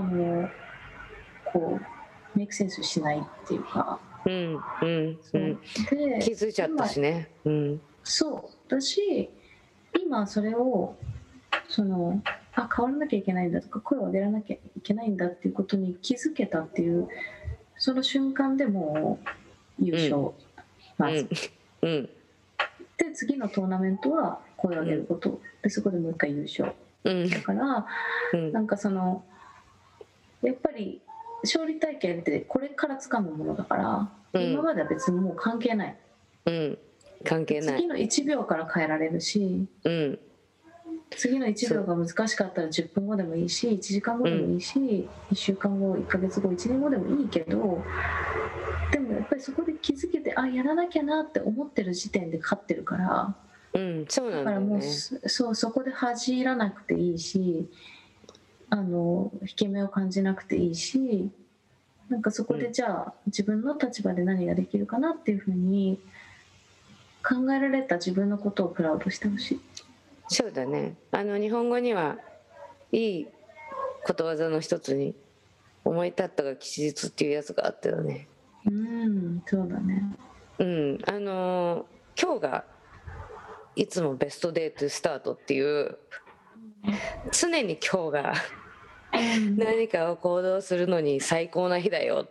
こうメイクセンスしないっていうか。で気づいちゃったしね。 そうだし、今それを変わらなきゃいけないんだとか声を上げらなきゃいけないんだっていうことに気づけたっていうその瞬間でもう優勝、まず、で次のトーナメントは声を上げること、でそこでもう一回優勝、だから、なんかやっぱり勝利体験ってこれから掴むものだから、今までは別にもう関係ない、 関係ない。 次の1秒から変えられるし、次の1秒が難しかったら10分後でもいいし、1時間後でもいいし、1週間後、1ヶ月後、1年後でもいいけど、でもやっぱりそこで気づけて、やらなきゃなって思ってる時点で勝ってるから、 そうなんだよね。 だからもうそこで恥じらなくていいし、引け目を感じなくていいし、なんかそこでじゃあ自分の立場で何ができるかなっていうふうに考えられた自分のことをプラウドしてほしい。 そうだね。日本語にはいいことわざの一つに思い立ったが吉日っていうやつがあってだね。 そうだね。 今日がいつもベストデートゥスタートっていう、常に今日が何かを行動するのに最高な日だよって、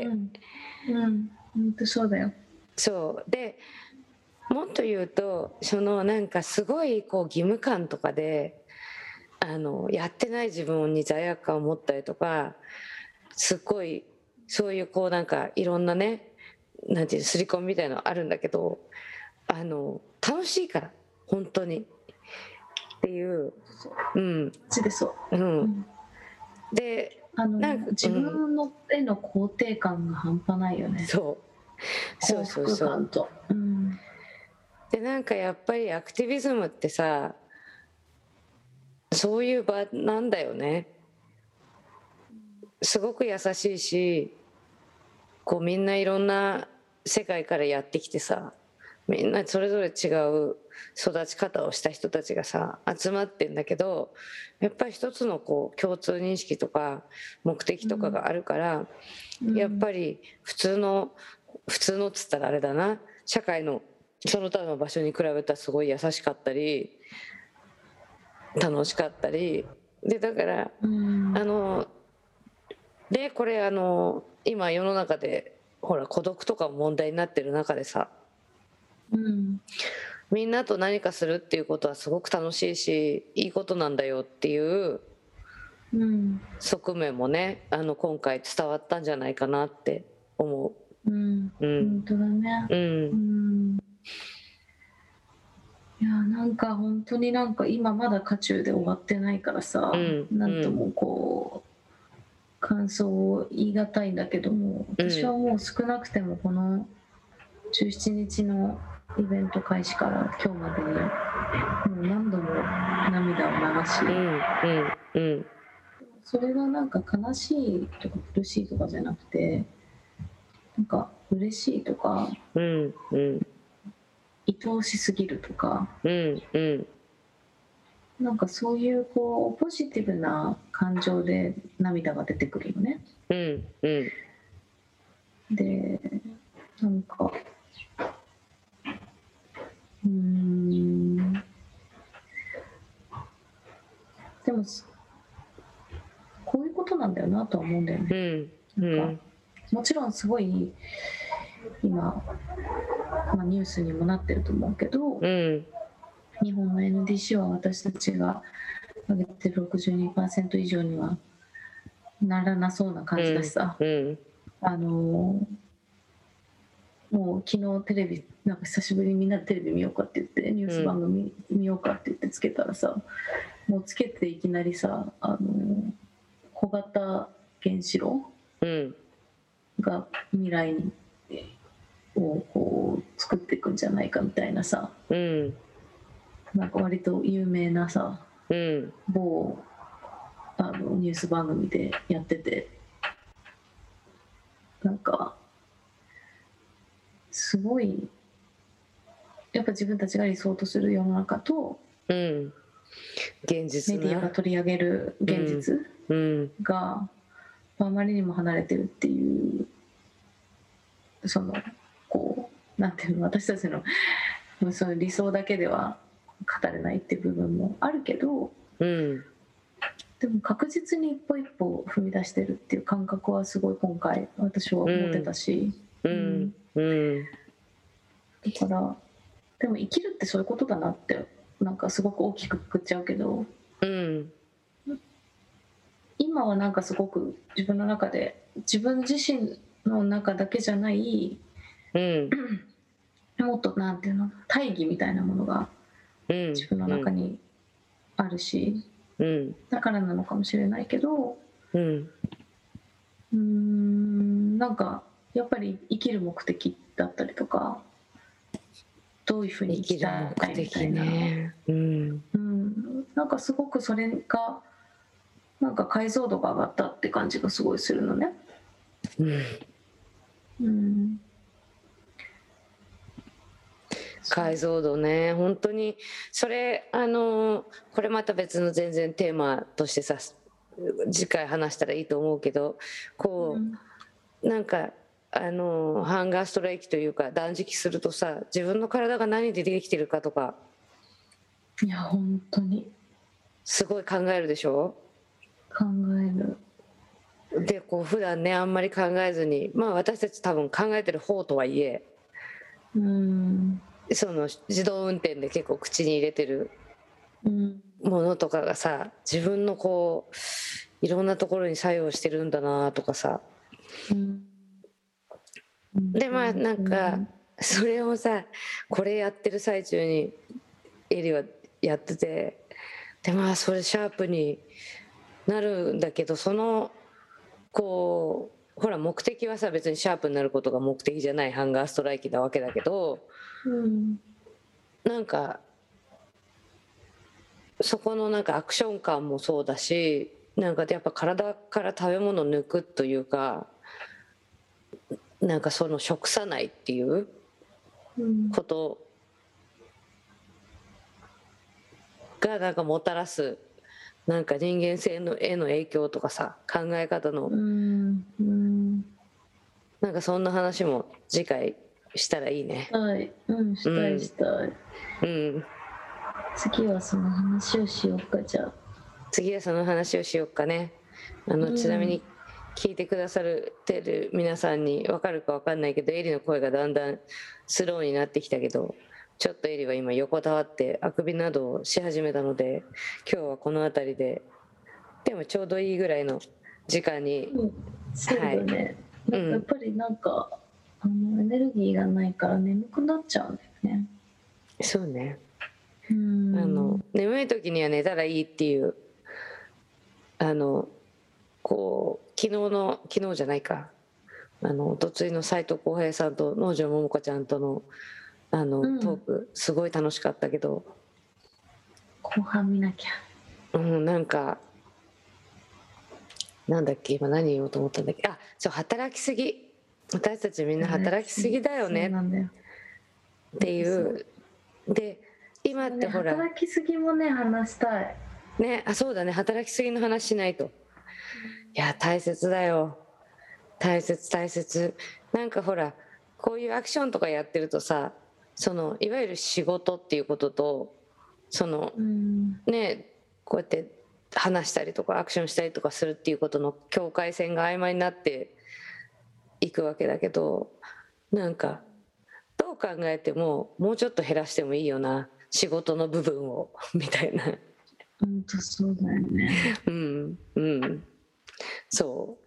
本当そうだよ。 そうで、もっと言うとなんかすごいこう義務感とかでやってない自分に罪悪感を持ったりとか、すっごいそういうこうなんかいろんなね、なんていう刷り込みみたいなのあるんだけど、楽しいから本当にっていう、 でそう、 でなんか自分のへの肯定感が半端ないよね。 そう幸福感と。 でなんかやっぱりアクティビズムってさ、そういう場なんだよね。すごく優しいし、こうみんないろんな世界からやってきてさ、みんなそれぞれ違う育ち方をした人たちがさ集まってんだけど、やっぱり一つのこう共通認識とか目的とかがあるから、やっぱり普通のっつったらあれだな、社会のその他の場所に比べたらすごい優しかったり楽しかったりで、だからでこれ今世の中でほら孤独とかも問題になってる中でさ、みんなと何かするっていうことはすごく楽しいしいいことなんだよっていう側面もね今回伝わったんじゃないかなって思う。 本当だね。いやなんか本当になんか今まだ渦中で終わってないからさ、なんともこう感想を言い難いんだけども、私はもう少なくてもこの17日のイベント開始から今日までにもう何度も涙を流し、それがなんか悲しいとか苦しいとかじゃなくて、なんか嬉しいとか、愛おしすぎるとか、なんかそういうこうポジティブな感情で涙が出てくるよね。でなんかでもこういうことなんだよなとは思うんだよね。なんかもちろんすごい今、ニュースにもなってると思うけど、日本の NDC は私たちが上げてる 62% 以上にはならなそうな感じだしさ、もう昨日テレビなんか久しぶりにみんなでテレビ見ようかって言ってニュース番組見ようかって言ってつけたらさ、もうつけていきなりさ小型原子炉が未来をこう作っていくんじゃないかみたいなさ、なんか割と有名なさ、某ニュース番組でやってて、なんかすごいやっぱ自分たちが理想とする世の中と、 現実メディアが取り上げる現実があまりにも離れてるっていう、そのこうなんていうの、私たちのその理想だけでは語れないっていう部分もあるけど、でも確実に一歩一歩踏み出してるっていう感覚はすごい今回私は思ってたし、だからでも生きるってそういうことだなってなんかすごく大きくくくっちゃうけど、今はなんかすごく自分の中で自分自身の中だけじゃない、もっとなんていうの大義みたいなものが自分の中にあるし、だからなのかもしれないけど、なんかやっぱり生きる目的だったりとか、どういうふうに生きたいみたいな、なんかすごくそれがなんか解像度が上がったって感じがすごいするのね。 解像度ね、本当にそれこれまた別の全然テーマとしてさ次回話したらいいと思うけど、こう、なんかハンガーストライキというか断食するとさ、自分の体が何でできてるかとか、 いや本当にすごい考えるでしょ。 考える。 でこう普段ねあんまり考えずに、私たち多分考えてる方とはいえ、その自動運転で結構口に入れてるものとかがさ、自分のこういろんなところに作用してるんだなとかさ、でなんかそれをさこれやってる最中にエリはやってて、でそれシャープになるんだけど、そのこうほら目的はさ別にシャープになることが目的じゃないハンガーストライキなわけだけど、なんかそこのなんかアクション感もそうだし、なんかやっぱ体から食べ物を抜くというか、なんかその食さないっていうことがなんかもたらすなんか人間性のへの影響とかさ、考え方のなんかそんな話も次回したらいいね。 はい、したいしたい。次はその話をしようか。じゃあ次はその話をしようかね。ちなみに聞いてくださってる皆さんに分かるか分かんないけど、エリの声がだんだんスローになってきたけど、ちょっとエリは今横たわってあくびなどをし始めたので、今日はこの辺りで、でもちょうどいいぐらいの時間に、 そうだね、なんかやっぱりなんか、エネルギーがないから眠くなっちゃうんだよね。 そうね、眠い時には寝たらいいっていう、こう昨日じゃないか、おとついの斉藤浩平さんと能條桃子ちゃんとのトークすごい楽しかったけど、 後半見なきゃ。 なんかなんだっけ、今何言おうと思ったんだっけ、そう、働きすぎ、私たちみんな働きすぎだよねっていう。で今ってほら、 働きすぎもね話したいね。そうだね、働きすぎの話しないと。いや大切だよ、大切。なんかほら、こういうアクションとかやってるとさ、そのいわゆる仕事っていうことと、そのね、こうやって話したりとかアクションしたりとかするっていうことの境界線が曖昧になっていくわけだけど、なんかどう考えてももうちょっと減らしてもいいよな、仕事の部分をみたいな。 本当そうだよね。 そう。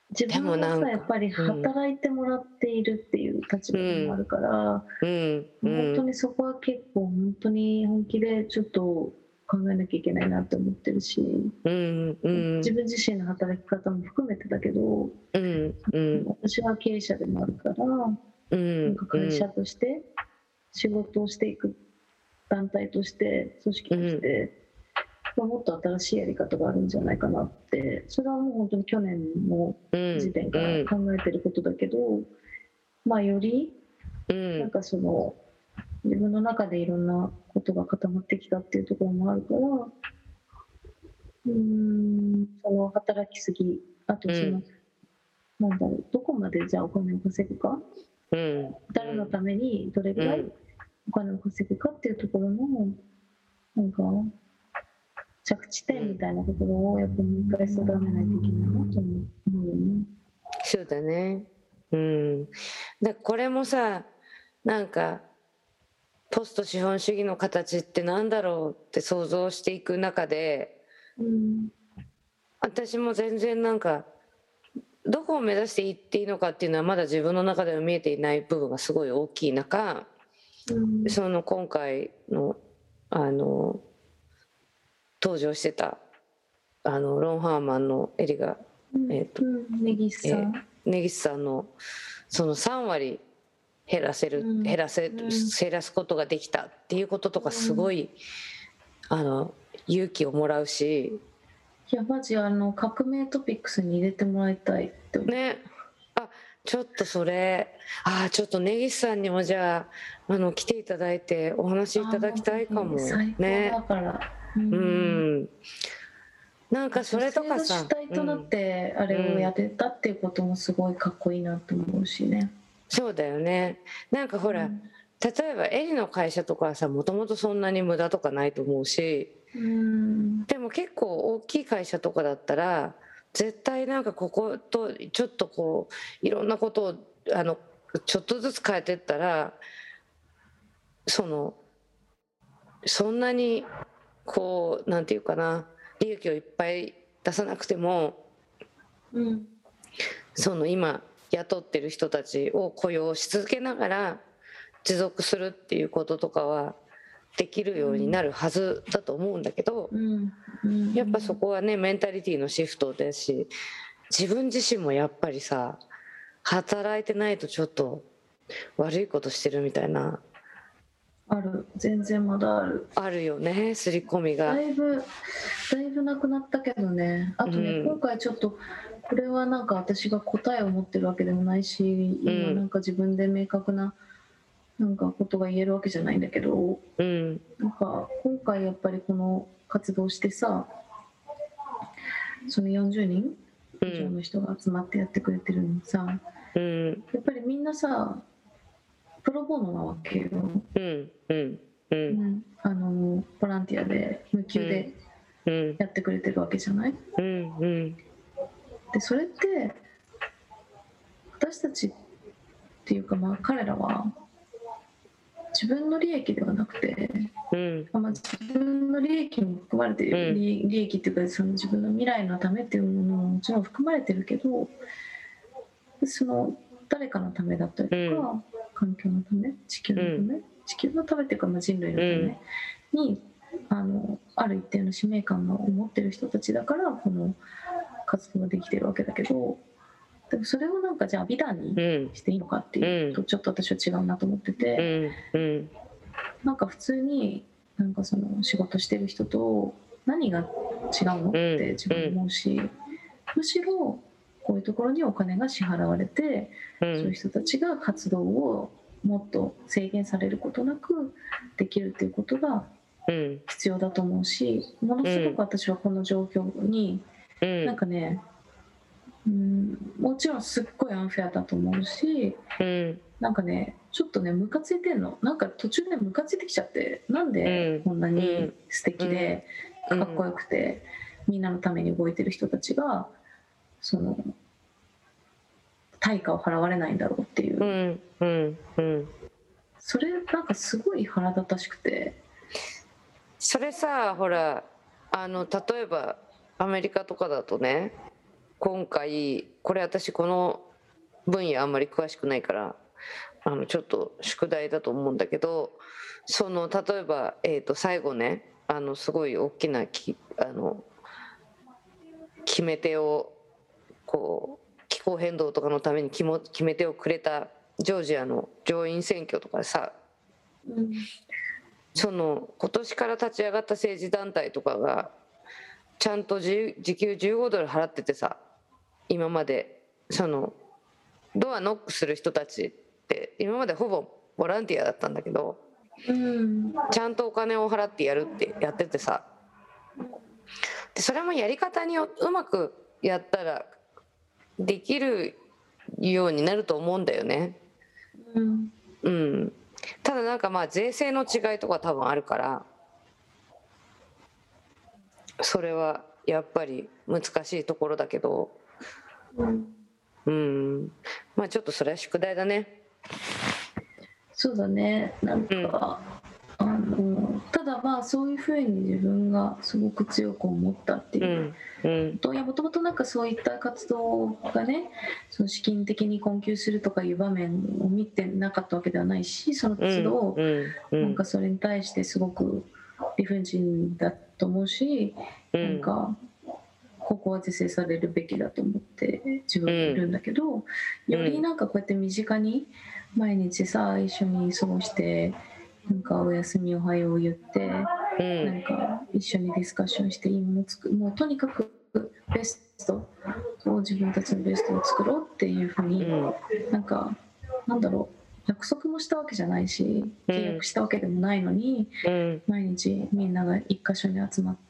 自分もさ、やっぱり働いてもらっているっていう立場にもあるから、本当にそこは結構本当に本気でちょっと考えなきゃいけないなって思ってるし、自分自身の働き方も含めてだけど、私は経営者でもあるから、なんか会社として仕事をしていく団体として組織として、もっと新しいやり方があるんじゃないかなって、それはもう本当に去年の時点から考えてることだけど、よりなんかその自分の中でいろんなことが固まってきたっていうところもあるから、その働きすぎ、あとその、なんだろう、どこまでじゃあお金を稼ぐか、誰のためにどれぐらいお金を稼ぐかっていうところのなんか着地点みたいなところをやっぱりもう一回定めないといけないなと思うよね。 そうだね。これもさ、なんかポスト資本主義の形ってなんだろうって想像していく中で、私も全然なんかどこを目指していっていいのかっていうのはまだ自分の中では見えていない部分がすごい大きい中、その今回の登場してたロン・ハーマンのエリが、根岸さんのその3割減らすことができたっていうこととかすごい、勇気をもらうし、 いやマジ革命トピックスに入れてもらいたいって思うね。ちょっとそれちょっと根岸さんにもじゃあ来ていただいてお話いただきたいかもね。 だからなんかそれとかさ、 主体となってあれをやってたっていうこともすごいかっこいいなと思うしね。 そうだよね。なんかほら、例えばエリの会社とかはさ、もともとそんなに無駄とかないと思うし、でも結構大きい会社とかだったら絶対なんかこことちょっとこういろんなことをちょっとずつ変えてったら、そんなにこうなんていうかな、利益をいっぱい出さなくても、その今雇ってる人たちを雇用し続けながら持続するっていうこととかはできるようになるはずだと思うんだけど、やっぱそこはねメンタリティのシフトですし、自分自身もやっぱりさ、働いてないとちょっと悪いことしてるみたいな、 全然まだあるよね、刷り込みがだいぶなくなったけどね。あとね、今回ちょっとこれはなんか私が答えを持ってるわけでもないし、今なんか自分で明確ななんかことが言えるわけじゃないんだけど、なんか今回やっぱりこの活動してさ、その40人以上の人が集まってやってくれてるのにさ、やっぱりみんなさプロボノなわけよ。ボランティアで無給でやってくれてるわけじゃない。 でそれって私たちっていうか、まあ彼らは自分の利益ではなくて、まあ、自分の利益も含まれている、利益っていうかその自分の未来のためっていうものももちろん含まれてるけど、その誰かのためだったりとか、環境のため、地球のため、地球のためっていうか、まあ、人類のために、ある一定の使命感を持ってる人たちだからこの活動ができてるわけだけど、でもそれをなんかじゃあ美談にしていいのかっていうとちょっと私は違うなと思ってて、なんか普通になんかその仕事してる人と何が違うのって自分思うし、むしろこういうところにお金が支払われて、そういう人たちが活動をもっと制限されることなくできるっていうことが必要だと思うし、ものすごく私はこの状況になんかね、もちろんすっごいアンフェアだと思うし、なんかねちょっとねムカついてんの、なんか途中でムカついてきちゃって、なんでこんなに素敵でかっこよくてみんなのために動いてる人たちがその対価を払われないんだろうっていう、それなんかすごい腹立たしくて。 それさ、ほら例えばアメリカとかだとね、今回これ私この分野あんまり詳しくないからちょっと宿題だと思うんだけど、その例えば、最後ねすごい大きな決め手をこう気候変動とかのために決め手をくれたジョージアの上院選挙とかさ、その今年から立ち上がった政治団体とかがちゃんと時給15ドル払っててさ、今までそのドアノックする人たちって今までほぼボランティアだったんだけど、ちゃんとお金を払ってやるってやっててさ、でそれもやり方にうまくやったらできるようになると思うんだよね。ただなんかまあ税制の違いとか多分あるから、それはやっぱり難しいところだけど、まあちょっとそれは宿題だね。 そうだね、なんか、ただまあそういうふうに自分がすごく強く思ったっていう、いやもともとなんかそういった活動がね、その資金的に困窮するとかいう場面を見てなかったわけではないし、その活動をなんかそれに対してすごく理不尽だと思うし、なんかここは是正されるべきだと思って自分はいるんだけど、よりなんかこうやって身近に毎日さ一緒に過ごして、なんかおやすみおはよう言って、なんか一緒にディスカッションしていいものもうとにかくベストを自分たちのベストを作ろうっていうふうに、なんかなんだろう、約束もしたわけじゃないし契約したわけでもないのに、毎日みんなが一箇所に集まって、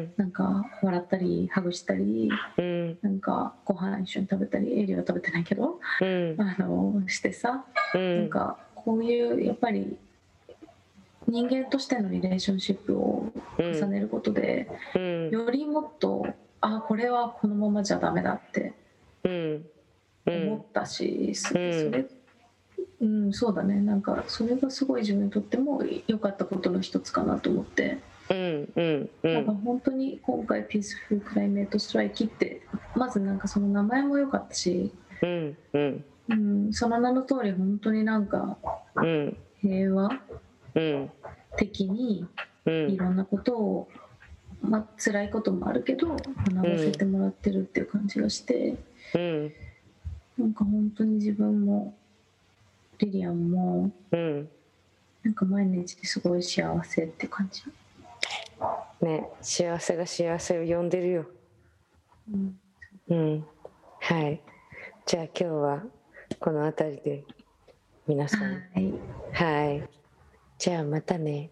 なんか笑ったりハグしたり、なんかご飯一緒に食べたり、エイリは食べてないけど、してさ、なんかこういうやっぱり人間としてのリレーションシップを重ねることで、よりもっとこれはこのままじゃダメだって思ったし、それそうだね、なんかそれがすごい自分にとっても良かったことの一つかなと思って、なんか本当に今回ピースフルクライメートストライキってまずなんかその名前も良かったし、その名の通り本当になんか平和的にいろんなことを、辛いこともあるけど学ばせてもらってるっていう感じがして、なんか本当に自分もリリアンもなんか毎日すごい幸せって感じね。幸せが幸せを呼んでるよ。はい、じゃあ今日はこの辺りで皆さん、はい、じゃあまたね。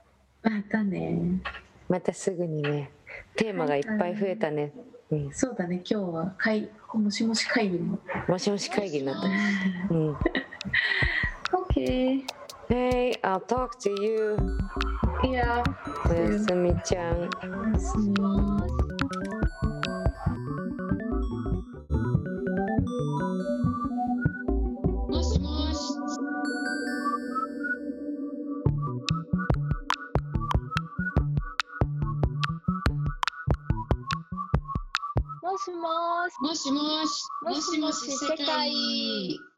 またすぐにね。テーマがいっぱい増えたね。 そうだね、今日はもしもし会議もになった。 Okay. Hey, I'll talk to you. Yeah. おやすみちゃん。 おやすみ。 もしもし。もしもし。もしもし世界。